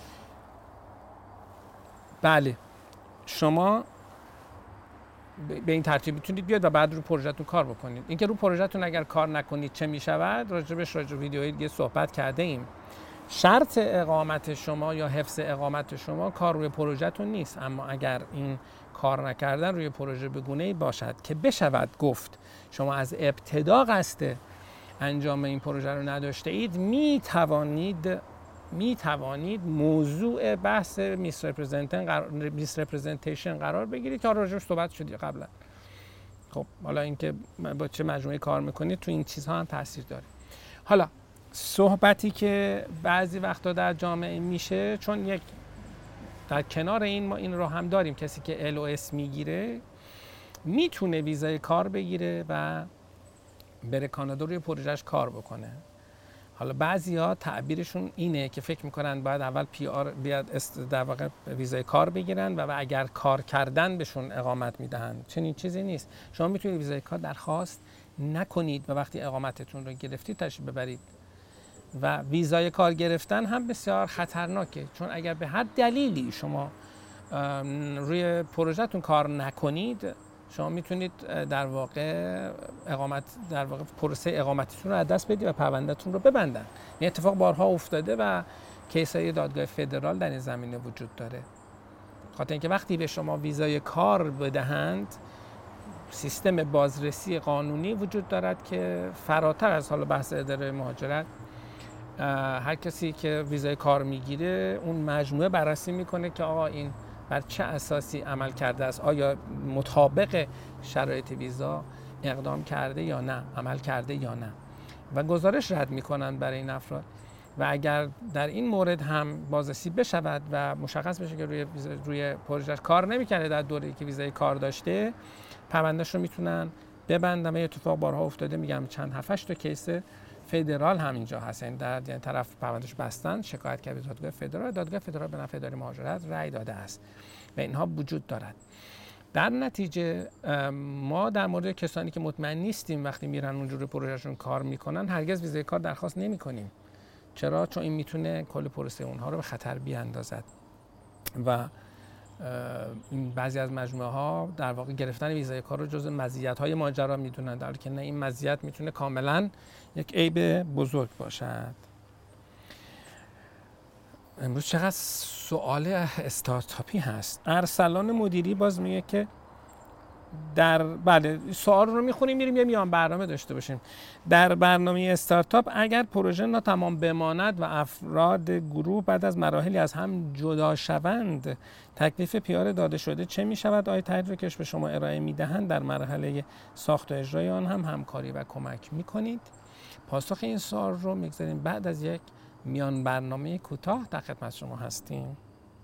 بله شما به این ترتیب میتونید بیاد و بعد رو پروژهتون کار بکنید. اینکه رو پروژهتون اگر کار نکنید چه میشود، راجع ویدیوهای دیگه صحبت کرده ایم. شرط اقامت شما یا حفظ اقامت شما کار روی پروژهتون نیست، اما اگر این کار نکردن روی پروژه به گونه‌ای باشد که بشود گفت شما از ابتدا قصد انجام این پروژه رو نداشته اید، می توانید موضوع بحث میس رپرزنتیشن قرار بگیرید که راجعش صحبت شدی قبلا. خب حالا اینکه با چه مجموعه کار میکنید تو این چیزها هم تاثیر داره. حالا صحبتی که بعضی وقتا در جامعه میشه، چون یک در کنار این ما این رو هم داریم، کسی که LOS میگیره میتونه ویزای کار بگیره و بره کانادا روی پروژهش کار بکنه. حالا بعضیا تعبیرشون اینه که فکر میکنن باید اول PR بیاد در واقع ویزای کار بگیرن و اگر کار کردن بهشون اقامت میدهن. چنین چیزی نیست. شما میتونید ویزای کار درخواست نکنید و وقتی اقامتتون رو گرفتید تشریف ببرید. و ویزای کار گرفتن هم بسیار خطرناکه، چون اگر به هر دلیلی شما روی پروژهتون کار نکنید، شما میتونید در واقع پروسه اقامتتون رو از دست بدید و پروندهتون رو ببندن. این اتفاق بارها افتاده و کیس‌های دادگاه فدرال در این زمینه وجود داره. خاطر اینکه وقتی به شما ویزای کار بدهند، سیستم بازرسی قانونی وجود دارد که فراتر از حالا بحث اداره مهاجرت، هر کسی که ویزای کار میگیره اون مجموعه بررسی میکنه که آقا این بر چه اساسی عمل کرده است، آیا مطابق شرایط ویزا اقدام کرده یا نه، عمل کرده یا نه، و گزارش رد میکنن برای این افراد. و اگر در این مورد هم بازرسی بشود و مشخص بشه که روی پروژه کار نمیکنه در دوره‌ای که ویزای کار داشته، پروندهش رو میتونن ببندن. و اتفاق بارها افتاده، میگم چند 7-8 تا کیس فدرال همینجا هست. یعنی طرف پروندهش بستن، شکایت کرد به دادگاه فدرال به نفع اداره مهاجرت رأی داده است و اینها وجود دارد. در نتیجه ما در مورد کسانی که مطمئن نیستیم وقتی میرن اونجوری پروژهشون کار میکنن، هرگز ویزای کار درخواست نمیکنیم. چرا؟ چون این میتونه کل پروسه اونها رو به خطر بیاندازد و این بعضی از مجموعه ها در واقع گرفتن ویزای کار رو جزء مزیت‌های ماجرا میدونن، در حالی که نه، این مزیت میتونه کاملا یک عیب بزرگ باشد. امروز چقدر سوال استارتاپی هست. ارسلان مدیری باز میگه که بله، سوال رو میخونیم میریم یه میان برنامه داشته باشیم. در برنامه استارتاپ اگر پروژه ناتمام بماند و افراد گروه بعد از مراحلی از هم جدا شوند، تکلیف PR داده شده چه میشود؟ آیا تحریری که به شما ارائه میدهند در مرحله ساخت و اجرای آن هم همکاری و کمک میکنید؟ پاسخ این سوال رو میگذاریم بعد از یک میان برنامه کوتاه در خدمت شما هستیم.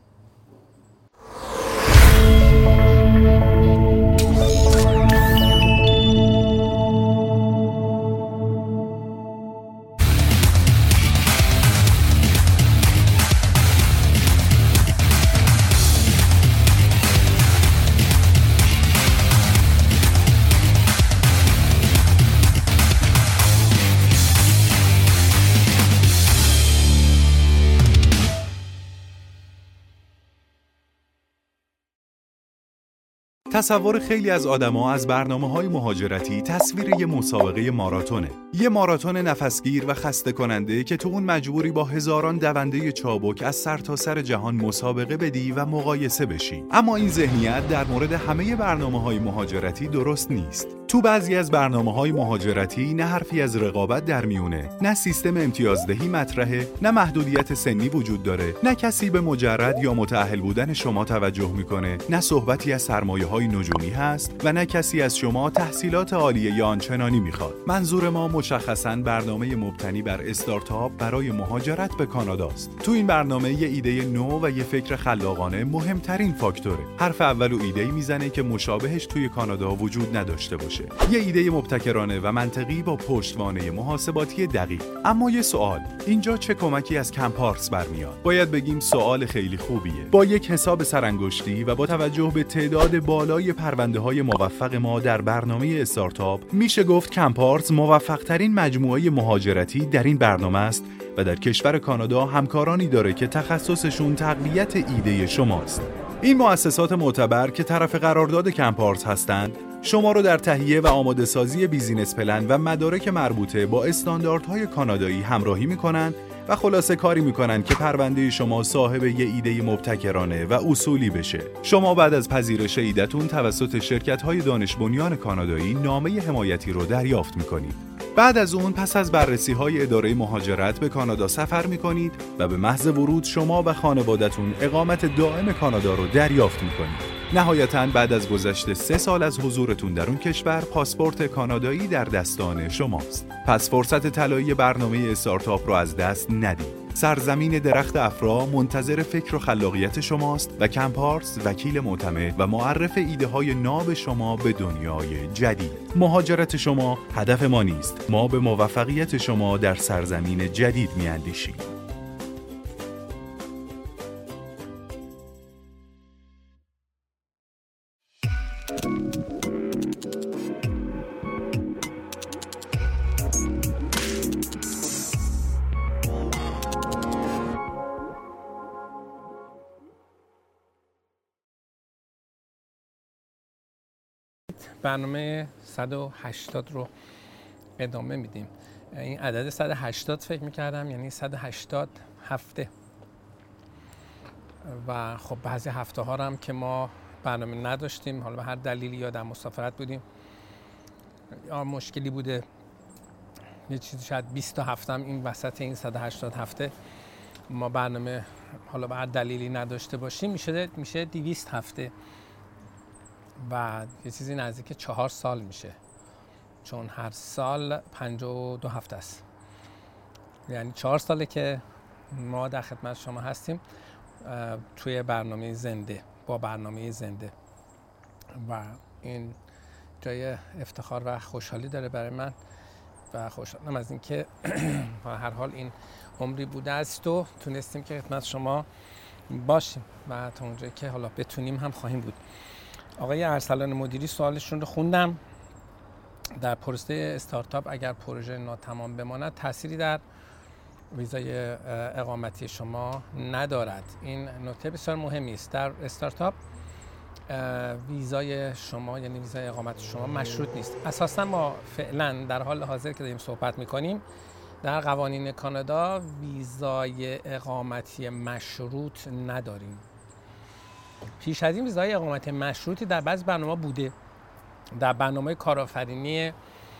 تصور خیلی از آدما از برنامه‌های مهاجرتی تصویر یه مسابقه ماراتونه. یه ماراتون نفسگیر و خسته کننده که تو اون مجبوری با هزاران دونده چابک از سرتاسر جهان مسابقه بدی و مقایسه بشی. اما این ذهنیت در مورد همه برنامه‌های مهاجرتی درست نیست. تو بعضی از برنامه‌های مهاجرتی نه حرفی از رقابت در میونه، نه سیستم امتیازدهی مطرحه، نه محدودیت سنی وجود داره، نه کسی به مجرد یا متأهل بودن شما توجه میکنه، نه صحبتی از سرمایه‌های نجومی هست و نه کسی از شما تحصیلات عالیه یا آنچنانی میخواد. منظور ما مشخصاً برنامه مبتنی بر استارتاپ برای مهاجرت به کاناداست. تو این برنامه یه ایده نو و یه فکر خلاقانه مهمترین فاکتوره. حرف اولو ایده‌ای میزنه که مشابهش توی کانادا وجود نداشته باشه. یه ایده مبتکرانه و منطقی با پشتوانه محاسباتی دقیق. اما یه سوال، اینجا چه کمکی از کمپارس برمیاد؟ باید بگیم سوال خیلی خوبیه. با یک حساب سرانگشتی و با توجه به تعداد بالای پرونده‌های موفق ما در برنامه استارتاپ، میشه گفت کمپارس موفق‌ترین مجموعه مهاجرتی در این برنامه است و در کشور کانادا همکارانی داره که تخصصشون تقویت ایده شماست. این مؤسسات معتبر که طرف قرارداد کمپارس هستند، شما رو در تهیه و آماده سازی بیزینس پلن و مدارک مربوطه با استانداردهای کانادایی همراهی میکنن و خلاصه کاری میکنن که پرونده شما صاحب یه ایده مبتکرانه و اصولی بشه. شما بعد از پذیرش ایده‌تون توسط شرکت‌های دانش بنیان کانادایی نامه حمایتی رو دریافت میکنید. بعد از اون پس از بررسی‌های اداره مهاجرت به کانادا سفر میکنید و به محض ورود شما و خانواده‌تون اقامت دائم کانادا رو دریافت میکنید. نهایتاً بعد از گذشت 3 سال از حضورتون در اون کشور، پاسپورت کانادایی در دستان شماست. پس فرصت طلایی برنامه استارتاپ رو از دست ندید. سرزمین درخت افرا منتظر فکر و خلاقیت شماست و کمپارس وکیل معتمد و معرف ایده های ناب شما به دنیای جدید. مهاجرت شما هدف ما نیست. ما به موفقیت شما در سرزمین جدید می‌اندیشیم. برنامه 180 رو ادامه میدیم. این عدد 180 فکر میکردم یعنی 180 هفته و خب بعضی هفته ها هم که ما برنامه نداشتیم، حالا به هر دلیلی یا در مسافرت بودیم یا مشکلی بوده، یه چیزی شاید 20 هفته هم این وسط این 180 هفته ما برنامه حالا به هر دلیلی نداشته باشیم، میشه 200 هفته و یه چیزی نزدیک 4 سال میشه، چون هر سال 52 هفته است. یعنی 4 ساله که ما در خدمت شما هستیم توی برنامه زنده، با برنامه زنده و این جای افتخار و خوشحالی داره برای من و خوشحالم از این که هر حال این عمری بوده است و تونستیم که خدمت شما باشیم و تا اونجایی که حالا بتونیم هم خواهیم بود. آقای ارسلان مدیری سوالشون رو خوندم. در پروسه استارتاپ اگر پروژه ناتمام بماند تأثیری در ویزای اقامتی شما ندارد. این نکته بسیار مهمی است. در استارتاپ ویزای شما یعنی ویزای اقامت شما مشروط نیست. اساسا ما فعلا در حال حاضر که داریم صحبت میکنیم در قوانین کانادا ویزای اقامتی مشروط نداریم. پیش از این ویزای اقامت مشروطی در بعضی برنامه بوده. در برنامه کارآفرینی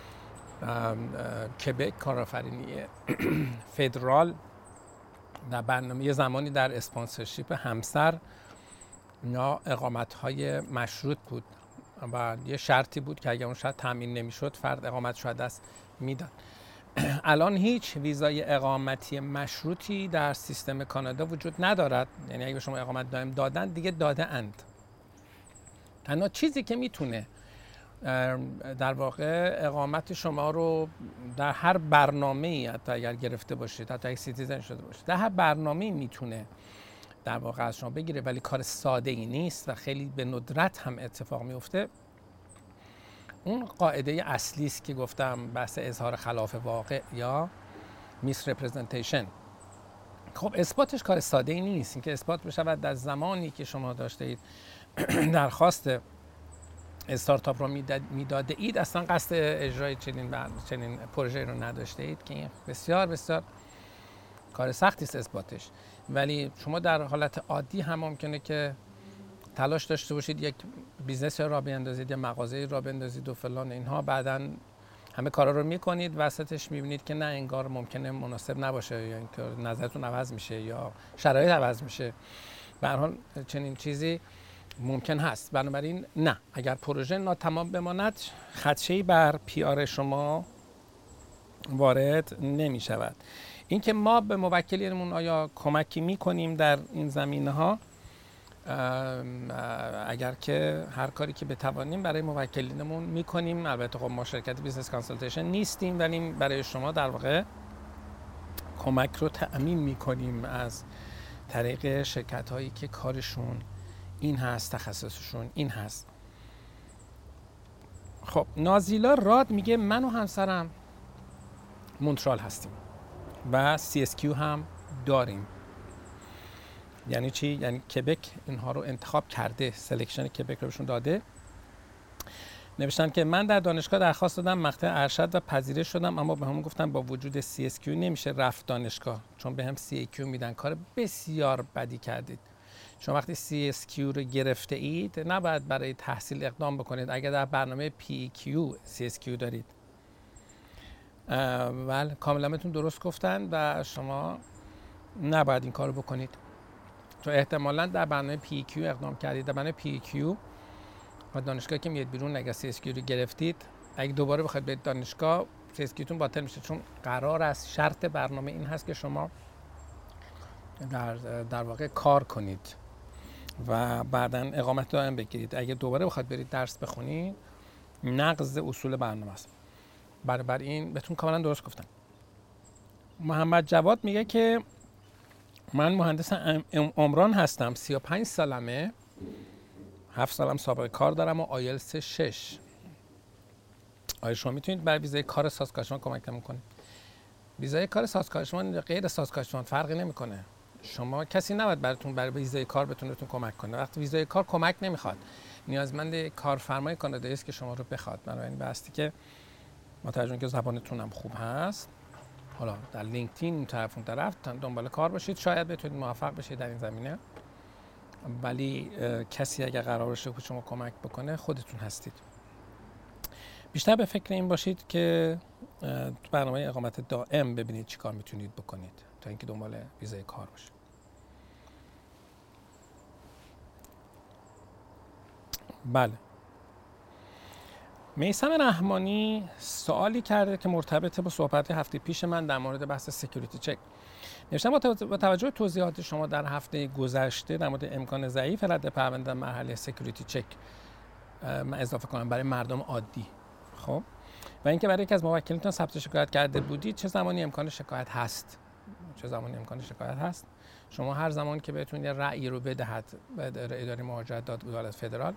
کبک، کارآفرینی فدرال، در برنامه یه زمانی در اسپانسرشیپ همسر یا اقامت‌های مشروط بود و یه شرطی بود که اگر اون شرط تامین نمی‌شد فرد اقامتش رو دست میداد. الان هیچ ویزای اقامتی مشروطی در سیستم کانادا وجود ندارد. یعنی اگه به شما اقامت دائم دادن دیگه داده اند. تنها چیزی که میتونه در واقع اقامت شما رو در هر برنامه‌ای حتی اگر گرفته باشید، حتی اگه سیتیزن شده باشید، در هر برنامه‌ای میتونه در واقع از شما بگیره، ولی کار ساده ای نیست و خیلی به ندرت هم اتفاق میفته. اون قاعده اصلی است که گفتم، بحث اظهار خلاف واقع یا میس رپرزنتیشن. خب اثباتش کار ساده ای نیست. اینکه اثبات بشود در زمانی که شما داشته اید درخواست استارتاپ رو میداده اید، اصلا قصد اجرای چنین پروژه رو نداشته اید، که این بسیار بسیار کار سختی است اثباتش. ولی شما در حالت عادی هم ممکنه که تلاش داشته باشید یک بیزنس را بیندازید، یا مغازه را بیندازید و فلان اینها، بعداً همه کارا رو میکنید، وسطش میبینید که نه، انگار ممکنه مناسب نباشه، یا اینکه نظرتون عوض میشه یا شرایط عوض میشه. به هر حال چنین چیزی ممکن هست. بنابراین نه، اگر پروژه ناتمام بماند خدشه‌ای بر پی آر شما وارد نمی شود. اینکه ما به موکلینمون آیا کمکی میکنیم در این زمینه‌ها، اگر که هر کاری که بتوانیم برای موکلینمون میکنیم. البته خب ما شرکت بیزنس کانسالتیشن نیستیم، ولی برای شما در واقع کمک رو تأمین میکنیم از طریق شرکت هایی که کارشون این هست، تخصصشون این هست. خب نازیلا راد میگه من و همسرم مونترال هستیم و CSQ هم داریم. یعنی چی؟ یعنی کبک اینها رو انتخاب کرده، سلکشن کبک رو بهشون داده. نوشتن که من در دانشگاه درخواست دادم مقطع ارشد و پذیرش شدم، اما به همون گفتن با وجود CSQ نمیشه رفت دانشگاه، چون به هم CAQ میدن. کار بسیار بدی کردید. شما وقتی CSQ رو گرفته اید نباید برای تحصیل اقدام بکنید اگر در برنامه PEQ CSQ دارید. ولی کاملا بهتون درست گفتن و شما نباید این کار رو بکنید، چون احتمالاً در برنامه PEQ اقدام کردید. در برنامه PEQ و دانشگاهی که میاد بیرون اگر CSQ رو گرفتید، اگه دوباره بخواید برید دانشگاه CSQ تون باطل میشه، چون قرار است، شرط برنامه این هست که شما در واقع کار کنید و بعداً اقامت دائم بگیرید. اگه دوباره بخواید برید درس بخونید نقض اصول برنامه است. برای این بهتون کاملا درست گفتم. محمد جواد میگه که من مهندس عمران هستم، 35 سالمه، 7 سالم سابقه کار دارم و آیلتس 6. آیا شما میتونید برای ویزای کار سازکارشناس کمک کنید؟ ویزای کار سازکارشناس غیر سازکارشناس فرقی نمیکنه. شما کسی نباید برای ویزای کار بتونه کمک کنه. وقتی ویزای کار کمک نمیخواد، نیازمند کارفرمای کانادایی است که شما رو بخواد. بنابراین باستی که با توجه که زبانتون هم خوب هست، حالا در لینکدین این طرف اون طرف دنبال کار باشید، شاید بتونید موفق بشید در این زمینه. ولی کسی اگه قرار باشه که شما کمک بکنه خودتون هستید. بیشتر به فکر این باشید که برنامه اقامت دائم ببینید چی کار میتونید بکنید تا اینکه دنبال ویزای کار باشید. بله. میثم رحمانی سوالی کرده که مرتبط با صحبت هفته پیش من در مورد بحث سکیوریتی چک. نوشتم با توجه به توضیحات شما در هفته گذشته در مورد امکان ضعیف رد پرونده در مرحله سکیوریتی چک من اضافه کنم برای مردم عادی. خب و اینکه برای یکی از موکلینتون ثبت شکایت کرده بودید چه زمانی امکان شکایت هست؟ شما هر زمان که بهتون یه رأی رو بدهد به اداره مهاجرت دادگستری فدرال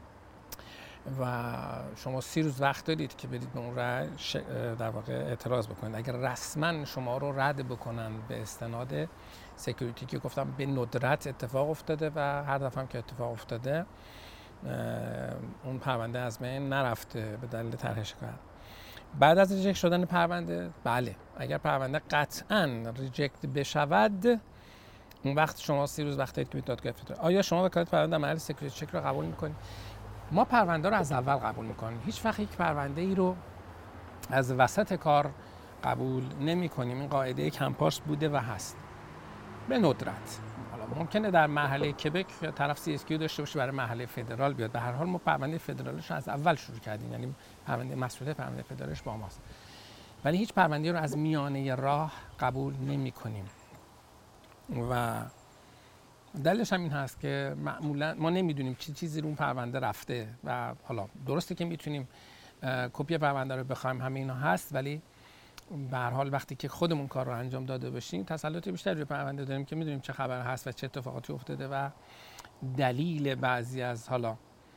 و شما 30 روز وقت دارید که برید به اون رأی در واقع اعتراض بکنید. اگر رسما شما رو رد بکنن به استناد سکیوریتی که گفتم به ندرت اتفاق افتاده و هر دفعه هم که اتفاق افتاده اون پرونده از بین نرفته به دلیل طرح شکایت. بعد از ریجکت شدن پرونده، بله، اگر پرونده قطعاً ریجکت بشود اون وقت شما 30 روز وقت دارید که به دادگاه فدرال. آیا شما وکالت پرونده در محل سکیوریتی چک رو قبول می‌کنید؟ ما پرونده رو از اول قبول می‌کنیم. هیچ وقت یک پرونده ای رو از وسط کار قبول نمی‌کنیم. این قاعده کمپارس بوده و هست. به ندرت. حالا ممکنه در مرحله کبک طرف CSQ داشته باشه برای مرحله فدرال بیاد. به هر حال ما پرونده فدرالش رو از اول شروع کردیم. یعنی پرونده مسئولیت پرونده فدرالش با ماست. ولی هیچ پرونده رو از میانه راه قبول نمی‌کنیم. و دلیلش هم این هست که معمولا ما نمیدونیم چه چیزی رو اون پرونده رفته و حالا درسته که میتونیم کپی پرونده رو بخوایم، همه اینا هست، ولی به هر حال وقتی که خودمون کار رو انجام داده باشیم تسلط بیشتری روی پرونده داریم که میدونیم چه خبر هست و چه اتفاقاتی افتاده و دلیل بعضی از حالا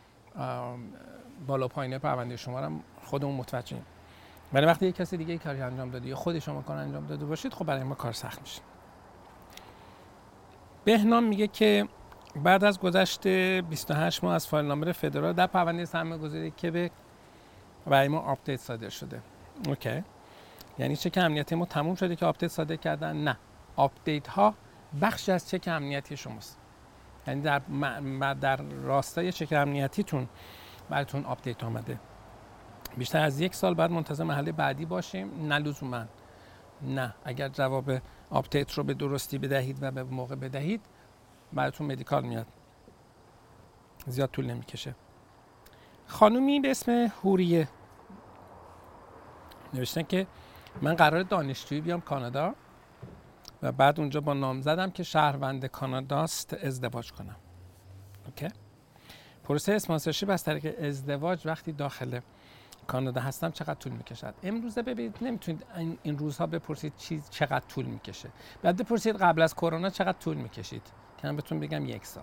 بالا پایین پرونده شما رو خودمون متوجهیم. ولی وقتی یک کسی دیگه کاری انجام داده یا خود شما کار انجام داده باشید خب برای ما کار سخت میشه. بهنام میگه که بعد از گذشت 28 ماه از فایل نامبر فدرال در پرونده سرمایه‌گذاری کبک برای ما آپدیت صادر شده. اوکی. یعنی چک امنیتی ما تموم شده که آپدیت صادر کردن؟ نه. آپدیت ها بخشی از چک امنیتی شماست. یعنی در راستای چک امنیتیتون براتون آپدیت آمده. بیشتر از 1 سال بعد منتظر مرحله بعدی باشیم؟ نه لزوما. نه، اگر جواب آپدیت رو به درستی بدهید و به موقع بدهید براتون مدیکال میاد. زیاد طول نمیکشه. خانومی به اسم هوریه نوشتن که من قرار دانشجویی بیام کانادا و بعد اونجا با نامزدم که شهروند کاناداست ازدواج کنم. اوکی؟ پروسه اسپانسرشیپ از طریق ازدواج وقتی داخل کانادا هستم چقدر طول میکشد؟ امروزه ببینید نمیتونید این روزها بپرسید چقدر طول میکشه. بعد بپرسید قبل از کرونا چقدر طول میکشید که من بهتون بگم 1 سال.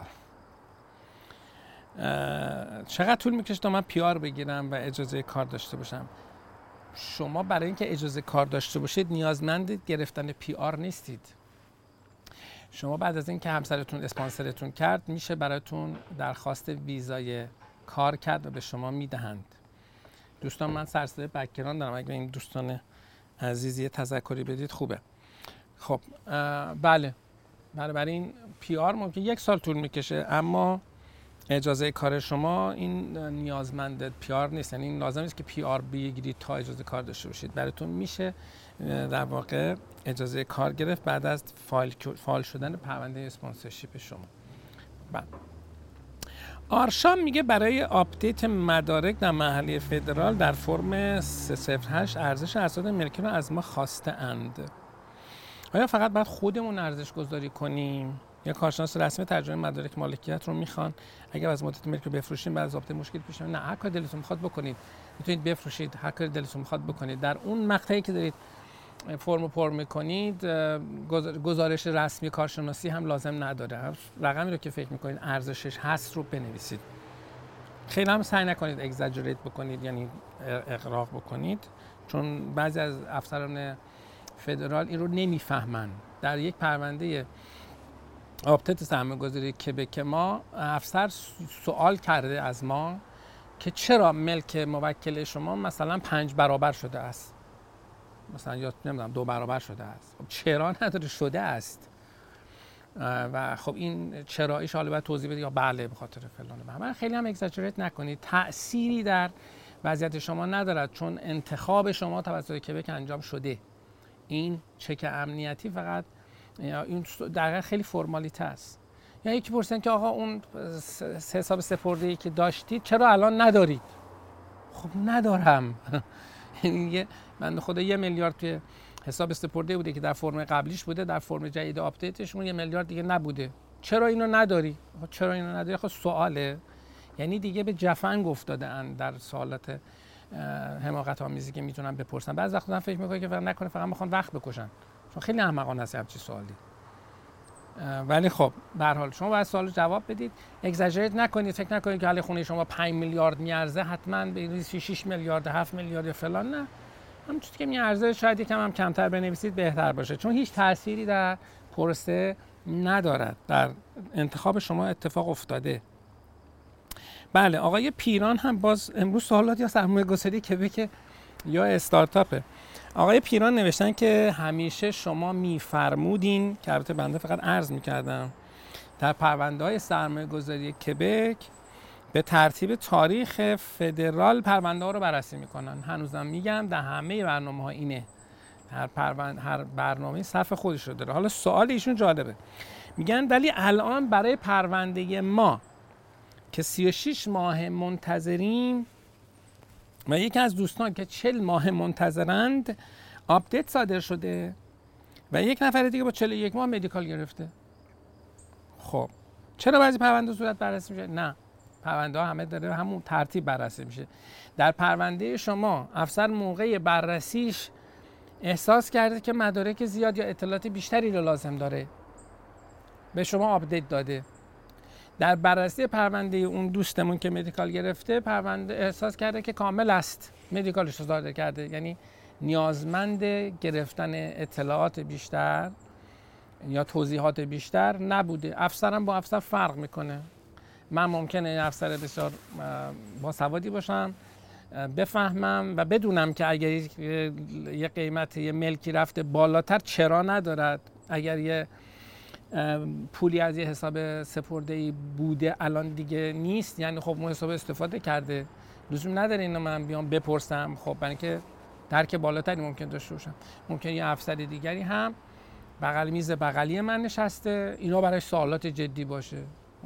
چقدر طول میکشه تا من PR بگیرم و اجازه کار داشته باشم؟ شما برای اینکه اجازه کار داشته باشید نیازمند گرفتن PR نیستید. شما بعد از اینکه همسرتون اسپانسرتون کرد میشه براتون درخواست ویزای کار کرد و به شما میدهند. دوستان من سرسده بک‌گراند دارم، اگه این دوستان عزیز یه تذکری بدید خوبه. خب بله، برای این PR ممکن 1 سال طول میکشه، اما اجازه کار شما این نیازمند PR نیست. یعنی این لازم نیست که PR بگیرید تا اجازه کار داشته باشید. براتون میشه در واقع اجازه کار گرفت بعد از فایل شدن پرونده اسپانسرشیپ شما. بله. آرشام میگه برای آپدیت مدارک در محله فدرال در فرم 308 ارزش اسناد ملکی را از ما خواسته اند. آیا فقط باید خودمون ارزش گذاری کنیم یا کارشناس رسمی ترجمه مدارک مالکیت رو میخوان؟ اگر از مدت ملک رو بفروشیم بعد از ضابطه مشکل پیش میاد، نه، هر کاری دلتون میخواد بکنید، میتونید بفروشید، هر کاری دلتون میخواد بکنید. در اون مقطعی که دارید فرمو پر میکنید گزارش رسمی کارشناسی هم لازم نداره. رقمی رو که فکر میکنید ارزشش هست رو بنویسید. خیلی هم سعی نکنید اگزاجریت بکنید، یعنی اغراق بکنید، چون بعضی از افسران فدرال این رو نمیفهمن. در یک پرونده آپدیت سرمایه‌گذاری کبک ما افسر سوال کرده از ما که چرا ملک موکل شما مثلا 5 برابر شده است، مثلا یا نمیدونم 2 برابر شده است. خب چرا نداره، شده است. و خب این چراییش حالا باید توضیح بده یا بله به خاطر فلانه. من خیلی هم اگزاجریت نکنید، تأثیری در وضعیت شما ندارد، چون انتخاب شما توسط کبک انجام شده. این چک امنیتی فقط این دقیقا خیلی فرمالیته است. یا یکی پرسیدن که آقا اون حساب سپرده‌ای که داشتید چرا الان ندارید؟ خب ندارم. یعنی بنده خدا 1 میلیارد توی حساب سپرده بوده که در فرم قبلیش بوده، در فرم جدید آپدیتش اون 1 میلیارد دیگه نبوده. چرا اینو نداری؟ چرا اینو نداری؟ خب سواله. یعنی دیگه به جفنگ افتاده‌اند در سوالات حماقت آمیزی که میتونن بپرسن. بعضی وقتا فکر میکنه که فقط میخوان وقت بکشن، چون خیلی احمقانه است همچین سوالی. ولی خب به هر حال شما باید سوالو جواب بدید. اگزاجریت نکنید، فکر نکنید که حالا خونه شما 5 میلیارد میارزه حتما بنویسید 6 میلیارد 7 میلیارد فلان. نه، همونجوری که میارزه شاید یکم هم کمتر بنویسید بهتر باشه، چون هیچ تأثیری در پروسه ندارد. در انتخاب شما اتفاق افتاده. بله، آقای پیران هم باز امروز سوالات یا سرمایه‌گذاری کبک یا استارتاپه. آقای پیران نوشتن که همیشه شما میفرمودین، که البته بنده فقط عرض میکردم، در پرونده‌های سرمایه‌گذاری کبک به ترتیب تاریخ فدرال پرونده‌ها رو بررسی میکنن. هنوزم میگم در همه برنامه‌ها اینه، هر برنامه صف خودش رو داره. حالا سوال ایشون جالبه، میگن ولی الان برای پرونده ما که 36 ماه منتظریم و یکی از دوستان که 40 ماه منتظرند آپدیت صادر شده و یک نفر دیگه با 41 ماه مدیکال گرفته. خب چرا بعضی پرونده صورت بررسی میشه؟ نه، پرونده ها همه داره همون ترتیب بررسی میشه. در پرونده شما افسر موقع بررسیش احساس کرده که مدارک زیاد یا اطلاعات بیشتری رو لازم داره، به شما آپدیت داده. در بررسی پرونده اون دوستمون که مدیکال گرفته، پرونده احساس کرده که کامل است، مدیکالش رو صادر کرده، یعنی نیازمند گرفتن اطلاعات بیشتر یا توضیحات بیشتر نبوده. افسرم با افسر فرق میکنه. من ممکنه افسر بسیار باسوادی باشم، بفهمم و بدونم که اگر یه قیمت یه ملکی رفته بالاتر چرا ندارد، اگر یه پولی از یه حساب سپرده‌ای بوده الان دیگه نیست، یعنی خب اون حساب استفاده کرده، لزوم نداره اینو من بیام بپرسم. خب برای اینکه درک بالاتری ممکن داشته باشم. ممکن یه افسر دیگری هم بغل میز بغلی من نشسته، اینا براش سوالات جدی باشه.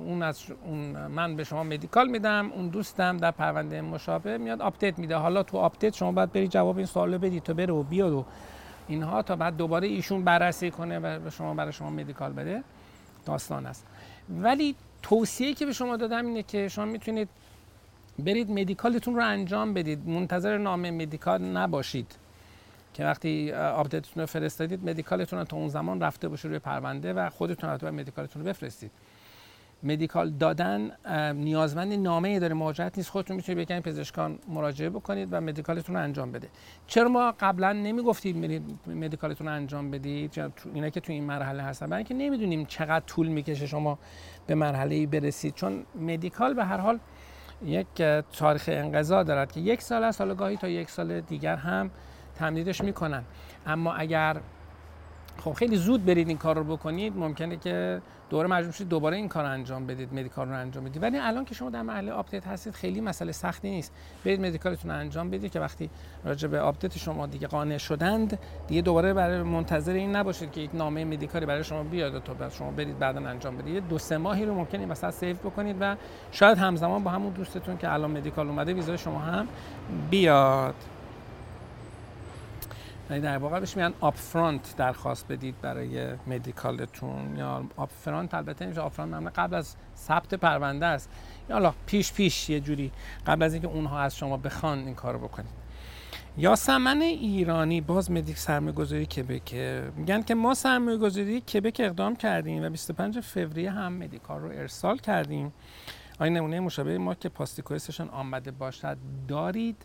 من به شما مدیکال میدم، اون دوستم در پرونده مشابه میاد آپدیت میده. حالا تو آپدیت شما باید بری جواب این سوالو بدی تا بره و بیاد و اینها، تا بعد دوباره ایشون بررسی کنه و برای شما مدیکال بده. داستان است. ولی توصیه‌ای که به شما دادم اینه که شما میتونید برید مدیکالتون رو انجام بدید، منتظر نامه مدیکال نباشید که وقتی آپدیتتون رو فرستادید مدیکالتون رو تا اون زمان رفته باشه روی پرونده و خودتون حتما مدیکالتون رو بفرستید. مدیکال دادن نیازمند نامه‌ای داره، مهاجرت نیست. خودتون میتونید به پزشکان مراجعه بکنید و مدیکالتون رو انجام بده. چرا ما قبلا نمیگفتید مدیکالتون رو انجام بدید؟ اینا که تو این مرحله هستن، برای اینکه نمیدونیم چقدر طول میکشه شما به مرحله‌ای برسید، چون مدیکال به هر حال یک تاریخ انقضا دارد که 1 سال است، حالا گاهی تا 1 سال دیگر هم تمدیدش میکنن. اما اگر خب خیلی زود برید این کار رو بکنید، ممکنه که دوباره مجبور شید دوباره این کار رو انجام بدید، مدیکال رو انجام بدید. ولی الان که شما در مرحله آپدیت هستید خیلی مسئله سختی نیست، برید مدیکالتون رو انجام بدید که وقتی راجع به آپدیت شما دیگه قانع شدند دیگه دوباره برای منتظر این نباشید که یک نامه مدیکالی برای شما بیاد تا بعد شما برید بعداً انجام بدید. 2-3 ماهی رو ممکنه مثلا سیو بکنید و شاید همزمان با همون دوستتون که الان مدیکال اومده ویزای شما هم بیاد. در واقع بهش میگن آپ فرانت درخواست بدید برای مدیکالتون، یا آپ فرانت البته نمیشه، آپ فرانت معمولا قبل از ثبت پرونده است، یا حالا پیش یه جوری قبل از اینکه اونها از شما بخوان این کارو بکنید. یاسمن ایرانی باز مدیک سرمایه‌گذاری کبک، میگن که ما سرمایه‌گذاری کبک اقدام کردیم و 25 فوریه هم مدیکال رو ارسال کردیم. آیا نمونه مشابه ما که پاستیکویسشون آمده باشد دارید؟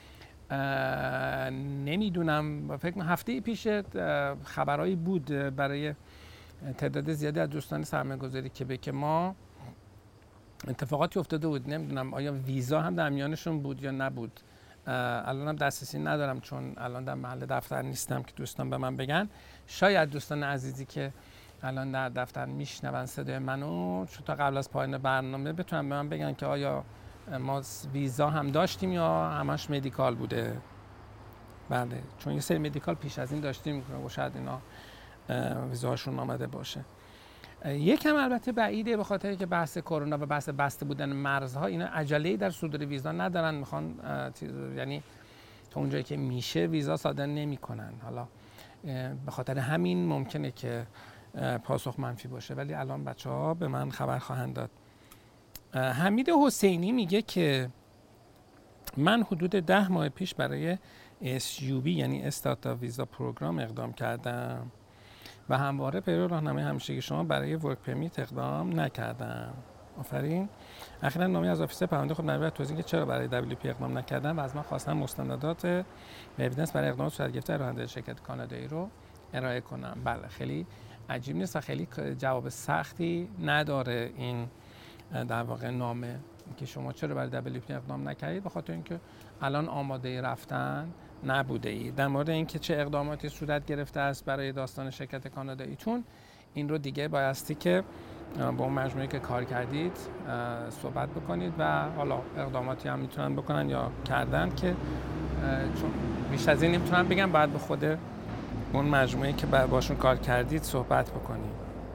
نمیدونم، فکر کنم هفته پیش خبرایی بود برای تعداد زیادی از دوستان سرمایه‌گذاری که ما اتفاقاتی افتاده بود. نمیدونم آیا ویزا هم در میانشون بود یا نبود. الان هم دسترسی ندارم چون الان در محل دفتر نیستم که دوستان به من بگن. شاید دوستان عزیزی که الان در دفتر میشنون صدای منو چون تا قبل از پایان برنامه بتونن به من بگن که آیا ما ویزا هم داشتیم یا همش مدیکال بوده. بله، چون یه سری مدیکال پیش از این داشتیم و شاید اینا ویزاشون آمده باشه. یکم البته بعیده به خاطر که بحث کرونا و بحث بسته بودن مرزها، اینا عجله‌ای در صدور ویزا ندارن، میخوان یعنی تا اونجایی که میشه ویزا صادر نمیکنن. حالا به خاطر همین ممکنه که پاسخ منفی باشه، ولی الان بچه‌ها به من خبر خواهند داد. حمید حسینی میگه که من حدود 10 ماه پیش برای SUB یعنی استارتاپ ویزا پروگرام اقدام کردم و همواره پیرو راهنمای همیشگی شما برای ورک پرمیت اقدام نکردم. آفرین. اخیراً نامه از آفیس پرونده خود منبع توضیح که چرا برای WP اقدام نکردم و از من خواستم مستندات اوییدنس برای اقدام صورت گرفته راننده شرکت کانادایی رو ارائه کنم. بله، خیلی عجیب نیست و خیلی جواب سختی نداره این در واقع نامه که شما چرا برای WP اقدام نکردید. به خاطر اینکه الان آماده رفتن نبوده اید. در مورد اینکه چه اقداماتی صورت گرفته است برای داستان شرکت کاناداییتون، این رو دیگه بایستی که با اون مجموعه که کار کردید صحبت بکنید و حالا اقداماتی هم میتونن بکنن یا کردن که چون بیش از این نمیتونن بگم، باید به خود اون مجموعه که باشون کار کردید صحبت بکنید.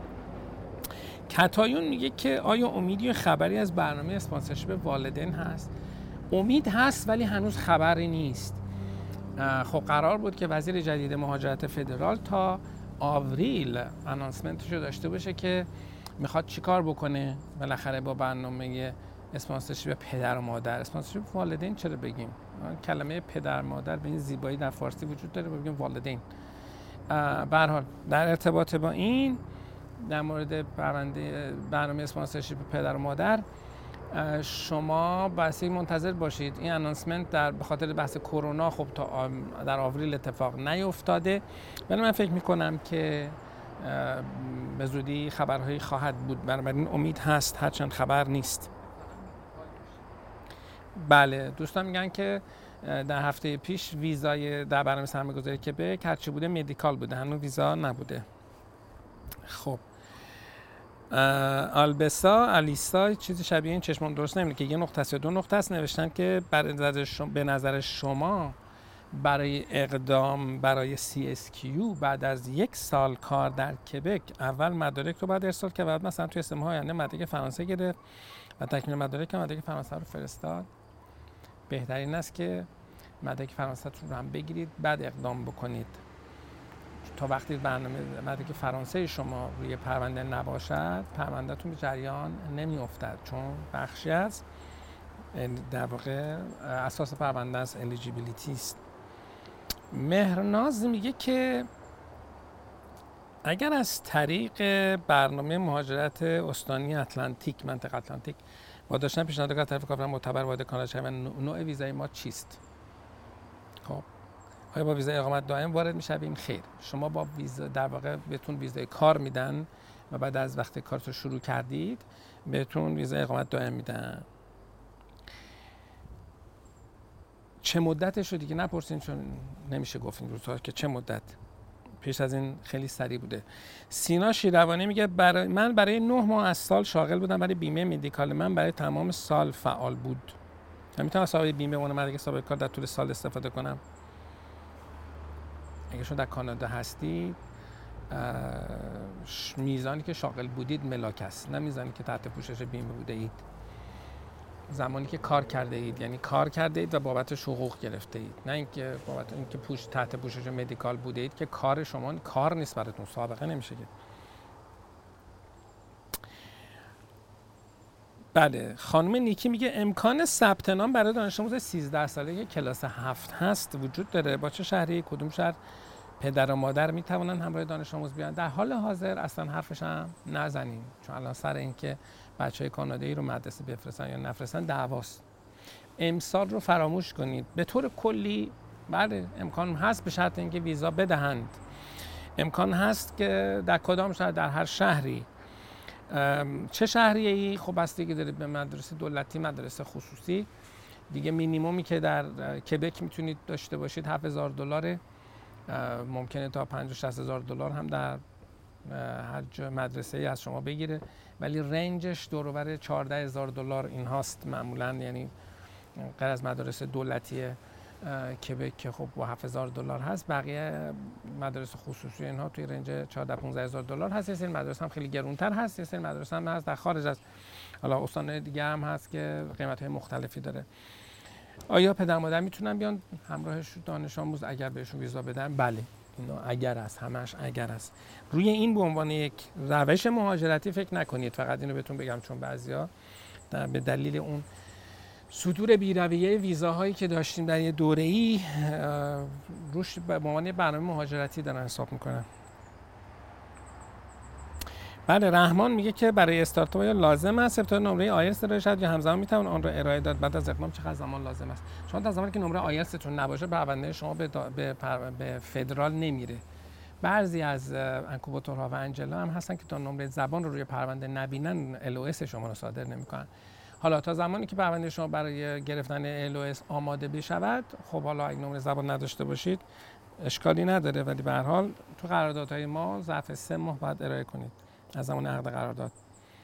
کتایون میگه که آیا امیدی و خبری از برنامه اسپانسرشیپ والدین هست؟ امید هست ولی هنوز خبری نیست. خب قرار بود که وزیر جدید مهاجرت فدرال تا آوریل انانسمنتشو داشته باشه که میخواد چیکار بکنه بالاخره با برنامه اسپانسرشیپ پدر و مادر. اسپانسرشیپ والدین چرا بگیم؟ کلمه پدر مادر به این زیبایی در فارسی وجود داره، بگیم والدین. به هر حال در ارتباط با این در مورد برنامه اسپانسرشیپ پدر و مادر شما بسی منتظر باشید. این انانسمنت به خاطر بحث کرونا خب تا در آوریل اتفاق نیفتاده، ولی من فکر میکنم که به زودی خبرهایی خواهد بود. بنابراین امید هست هرچند خبر نیست. بله، دوستان میگن که در هفته پیش ویزای در برنامه سرمایه‌گذاری کبک هرچی بوده مدیکال بوده، هنوز ویزا نبوده. خب آلبسا الیسا چیزی شبیه این چشمون درست نمیده که یه نقطه است یا 2 نقطه است. نوشتن که به نظر شما برای اقدام برای CSQ بعد از 1 سال کار در کبک اول مدارک رو بعد ارسال کرد، بعد مثلا توی 3 ماه آینده مدرک فرانسه گرفت و تکمیل مدارک فرانسه رو فرستاد. بهترین است که مدرک فرانسه رو هم بگیرید بعد اقدام بکنید. تا وقتی برنامه مدرک فرانسه شما روی پرونده نباشد پروندهتون به جریان نمی افتد، چون بخشی از در واقع اساس پرونده از الیجیبیلیتی است. مهرناز میگه که اگر از طریق برنامه مهاجرت استانی اتلانتیک منطقه اتلانتیک با داشتن پیشنهادات طرف کافر معتبر وارد کانادا شویم و نوع ویزای ما چیست؟ خب آیا با ویزای اقامت دائم وارد میشویم؟ خیر، شما با ویزا در واقع بهتون ویزای کار میدن و بعد از وقتی کارتو شروع کردید بهتون ویزای اقامت دائم میدن. چه مدتش رو دیگه نپرسین چون نمیشه گفت این روزها که چه مدت. پیش از این خیلی سریع بوده. سینا شیروانی میگه من برای 9 ماه از سال شاغل بودم ولی بیمه مدیکال من برای تمام سال فعال بود. من میتونم از بیمه اون مدرک سابقه کار در طول سال استفاده کنم؟ اگه شما در کانادا هستید میزانی که شاغل بودید ملاک است، نه میزانی که تحت پوشش بیمه بوده اید. زمانی که کار کرده اید، یعنی کار کرده اید و بابتش حقوق گرفته اید، نه اینکه بابت اینکه تحت پوشش مدیکال بوده اید که کار شما کار نیست براتون، سابقه نمیشه که. بله، خانم نیکی میگه امکان ثبت نام برای دانش آموز 13 ساله که کلاس 7 هست وجود داره؟ با چه شهری، کدوم شهر پدر و مادر میتونن همراه دانش آموز بیان؟ در حال حاضر اصلا حرفش هم نزنیم، چون الان سر اینکه بچهای کانادایی رو مدرسه بفرستن یا نفرستن دعواست. امسال رو فراموش کنید. به طور کلی بله امکان هست، به شرط اینکه ویزا بدهند. امکان هست که در کدام شهر، در هر شهری. چه شهریه ای؟ خب بستگی داره به مدرسه دولتی، مدرسه خصوصی. دیگه مینیمومی که در کبک میتونید داشته باشید $7,000. ممکنه تا $50,000-60,000 هم در هر مدرسه ای از شما بگیره، ولی رنجش دور و بر $14,000 این هاست معمولا، یعنی غیر از مدارس دولتی کبک که خب با $7,000 هست، بقیه مدارس خصوصی اینها توی رنج $14,000-15,000 هست. یه سری مدرسه هم خیلی گرونتر هست، یه سری مدرسه هم هست در خارج از حالا استان‌های دیگه هم هست که قیمت‌های مختلفی داره. آیا پدر مادر میتونن بیان همراهش دانش آموز اگر بهشون ویزا بدن؟ بله، اینا اگر است، همش اگر است. روی این به عنوان یک روش مهاجرتی فکر نکنید. فقط اینو بهتون بگم چون بعضیا به دلیل اون صدور بی‌رویه ویزاهایی که داشتیم در یه دوره‌ای روش به عنوان برنامه مهاجرتی دارن حساب میکنن. بله، رحمان میگه که برای استارتاپ لازم است ابتدا نمره آیلتس ارائه شود یا همزمان میتوان آن را ارائه داد؟ بعد از اقدام چقدر زمان لازم است؟ شما تا زمانی که نمره آیلتستون نباشه پرونده شما به فدرال نمیره. بعضی از انکوباتورها و انجلا هم هستن که تا نمره زبان رو روی پرونده نبینن LOS شما رو صادر نمیکنن. حالا تا زمانی که پرونده شما برای گرفتن LOS آماده بشود، خب حالا اگه نمره زبان نداشته باشید اشکالی نداره، ولی به هر حال تو قراردادهای ما ظرف 3 ماه باید ارائه کنید از زمان عقد قرارداد.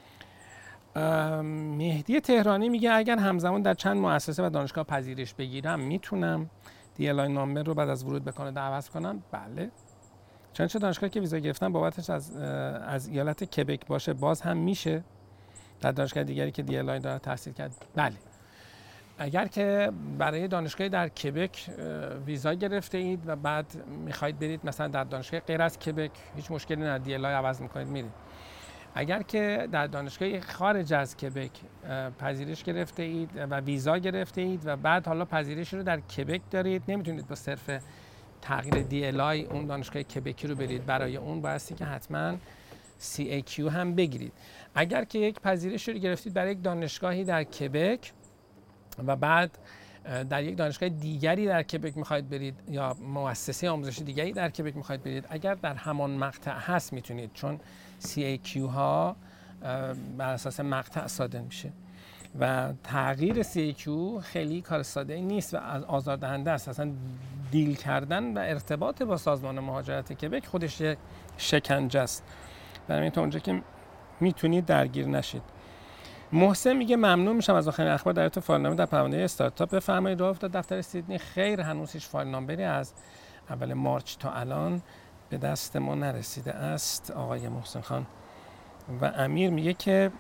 مهدی تهرانی میگه اگر همزمان در چند مؤسسه و دانشگاه پذیرش بگیرم میتونم DLI نامبر رو بعد از ورود به کانادا عوض کنم؟ بله. چنانچه دانشگاهی که ویزا گرفتن بابتش از ایالت کبک باشه باز هم میشه در دانشگاه دیگری که DLI داره تحصیل کرد؟ بله. اگر که برای دانشگاهی در کبک ویزا گرفته اید و بعد میخواید برید مثلا در دانشگاه غیر از کبک، هیچ مشکلی نداره، DLI عوض میکنید میرید. اگر که در دانشگاه خارج از کبک پذیرش گرفته اید و ویزا گرفته اید و بعد حالا پذیرش رو در کبک دارید، نمیتونید با صرف تغییر DLI اون دانشگاه کبکی رو برید. برای اون بایستی که حتما CAQ هم بگیرید. اگر که یک پذیرش رو گرفتید برای یک دانشگاهی در کبک و بعد در یک دانشگاه دیگری در کبک میخواید برید یا مؤسسه آموزشی دیگری در کبک میخواید برید، اگر در همان مقطع هست میتونید، چون CAQ ها بر اساس مقطع صادر میشه و تغییر CAQ خیلی کار ساده نیست و آزاردهنده است. اصلا دیل کردن و ارتباط با سازمان مهاجرت کبک خودش شکنجه است. برای این تا اونجا که میتونید درگیر نشید. محسن میگه ممنون میشم از آخرین اخبار در رابطه فایل نامه در پرونده استارتاپ بفرمایید. راه افتاد دفتر سیدنی؟ خیر، هنوز هیچ فایل نامبری از اول مارچ تا الان به دست ما نرسیده است آقای محسن خان. و امیر میگه که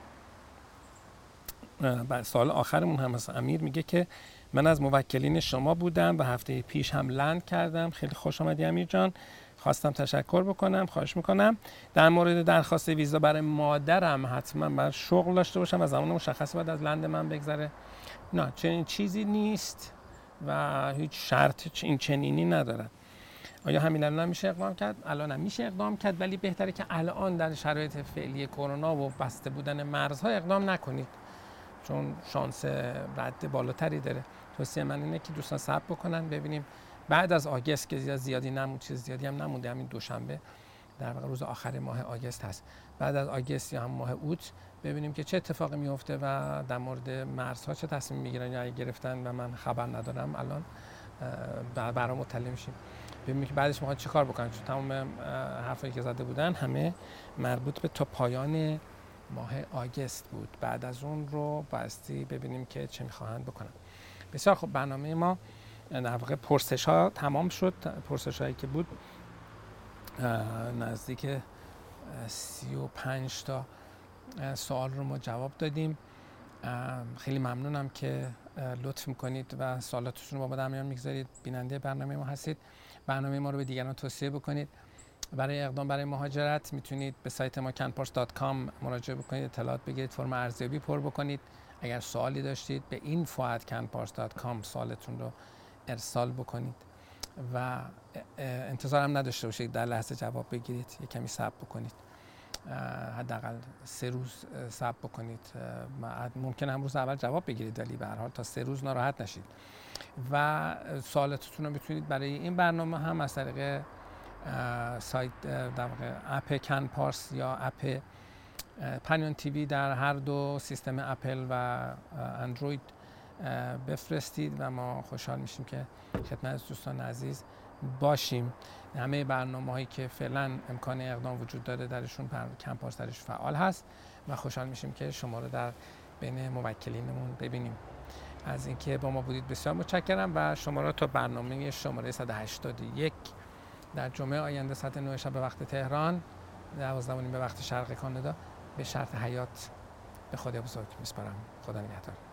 سوال آخرمون هم هست. امیر میگه که من از موکلین شما بودم و هفته پیش هم لند کردم. خیلی خوش آمدی امیر جان، خواستم تشکر بکنم. خواهش میکنم. در مورد درخواست ویزا برای مادرم حتما باید شغل داشته باشم و زمان مشخصی باید از لند من بگذره؟ نه، چنین چیزی نیست و هیچ شرط این چنینی ندارد. آیا همین الان میشه اقدام کرد؟ الان هم میشه اقدام کرد، ولی بهتره که الان در شرایط فعلی کرونا و بسته بودن مرزها اقدام نکنید، چون شانس رد بالاتری داره. توصیه من اینه که دوستان صبر بکنن ببینیم بعد از آگست که زیادی نمونده، چیز زیادی هم نمونده، همین دوشنبه در واقع روز آخر ماه آگست هست، بعد از آگست یا هم ماه اوت ببینیم که چه اتفاقی میفته و در مورد مرزها چه تصمیم میگیرن یا گرفتن و من خبر ندارم. الان برام مطلع میشیم ببینیم که بعدش میخواد چه کار بکنن، چون تمام حرفایی که زده بودن همه مربوط به تا پایان ماه آگست بود. بعد از اون رو بایستی ببینیم که چه میخواهند بکنن. بسیار خب، برنامه ما در واقع پرسش ها تمام شد. پرسش هایی که بود نزدیک 35 تا سوال رو ما جواب دادیم. خیلی ممنونم که لطف میکنید و سوالاتتون رو با در میان میگذارید. بیننده برنامه ما هستید. برنامه ما رو به دیگران توصیه بکنید. برای اقدام برای مهاجرت میتونید به سایت ما canpars.com مراجعه بکنید، اطلاعات بگیرید، فرم ارزیابی پر بکنید. اگر سوالی داشتید به info@canpars.com سوالتون رو ارسال بکنید و انتظارم نداشته باشید در لحظه جواب بگیرید. یک کمی صبر بکنید، حداقل 3 روز صبر بکنید. ممکنه هم روز اول جواب بگیرید ولی به هر حال تا 3 روز ناراحت نشید. و سوالاتتون رو میتونید برای این برنامه هم از طریق سایت در واقع اپ کنپارس یا اپ پنیون تیوی در هر دو سیستم اپل و اندروید بفرستید و ما خوشحال میشیم که خدمت دوستان عزیز باشیم. همه برنامه‌هایی که فعلا امکان اقدام وجود داره درشون کنپارس درش فعال هست و خوشحال میشیم که شما رو در بین موکلینمون ببینیم. از اینکه با ما بودید بسیار متشکرم و شما را تا برنامه شماره 181 در جمعه آینده ساعت 9 شب به وقت تهران، 12:30 به وقت شرق کانادا به شرط حیات به خدا بزرگ میسپارم. خدا نگهدار.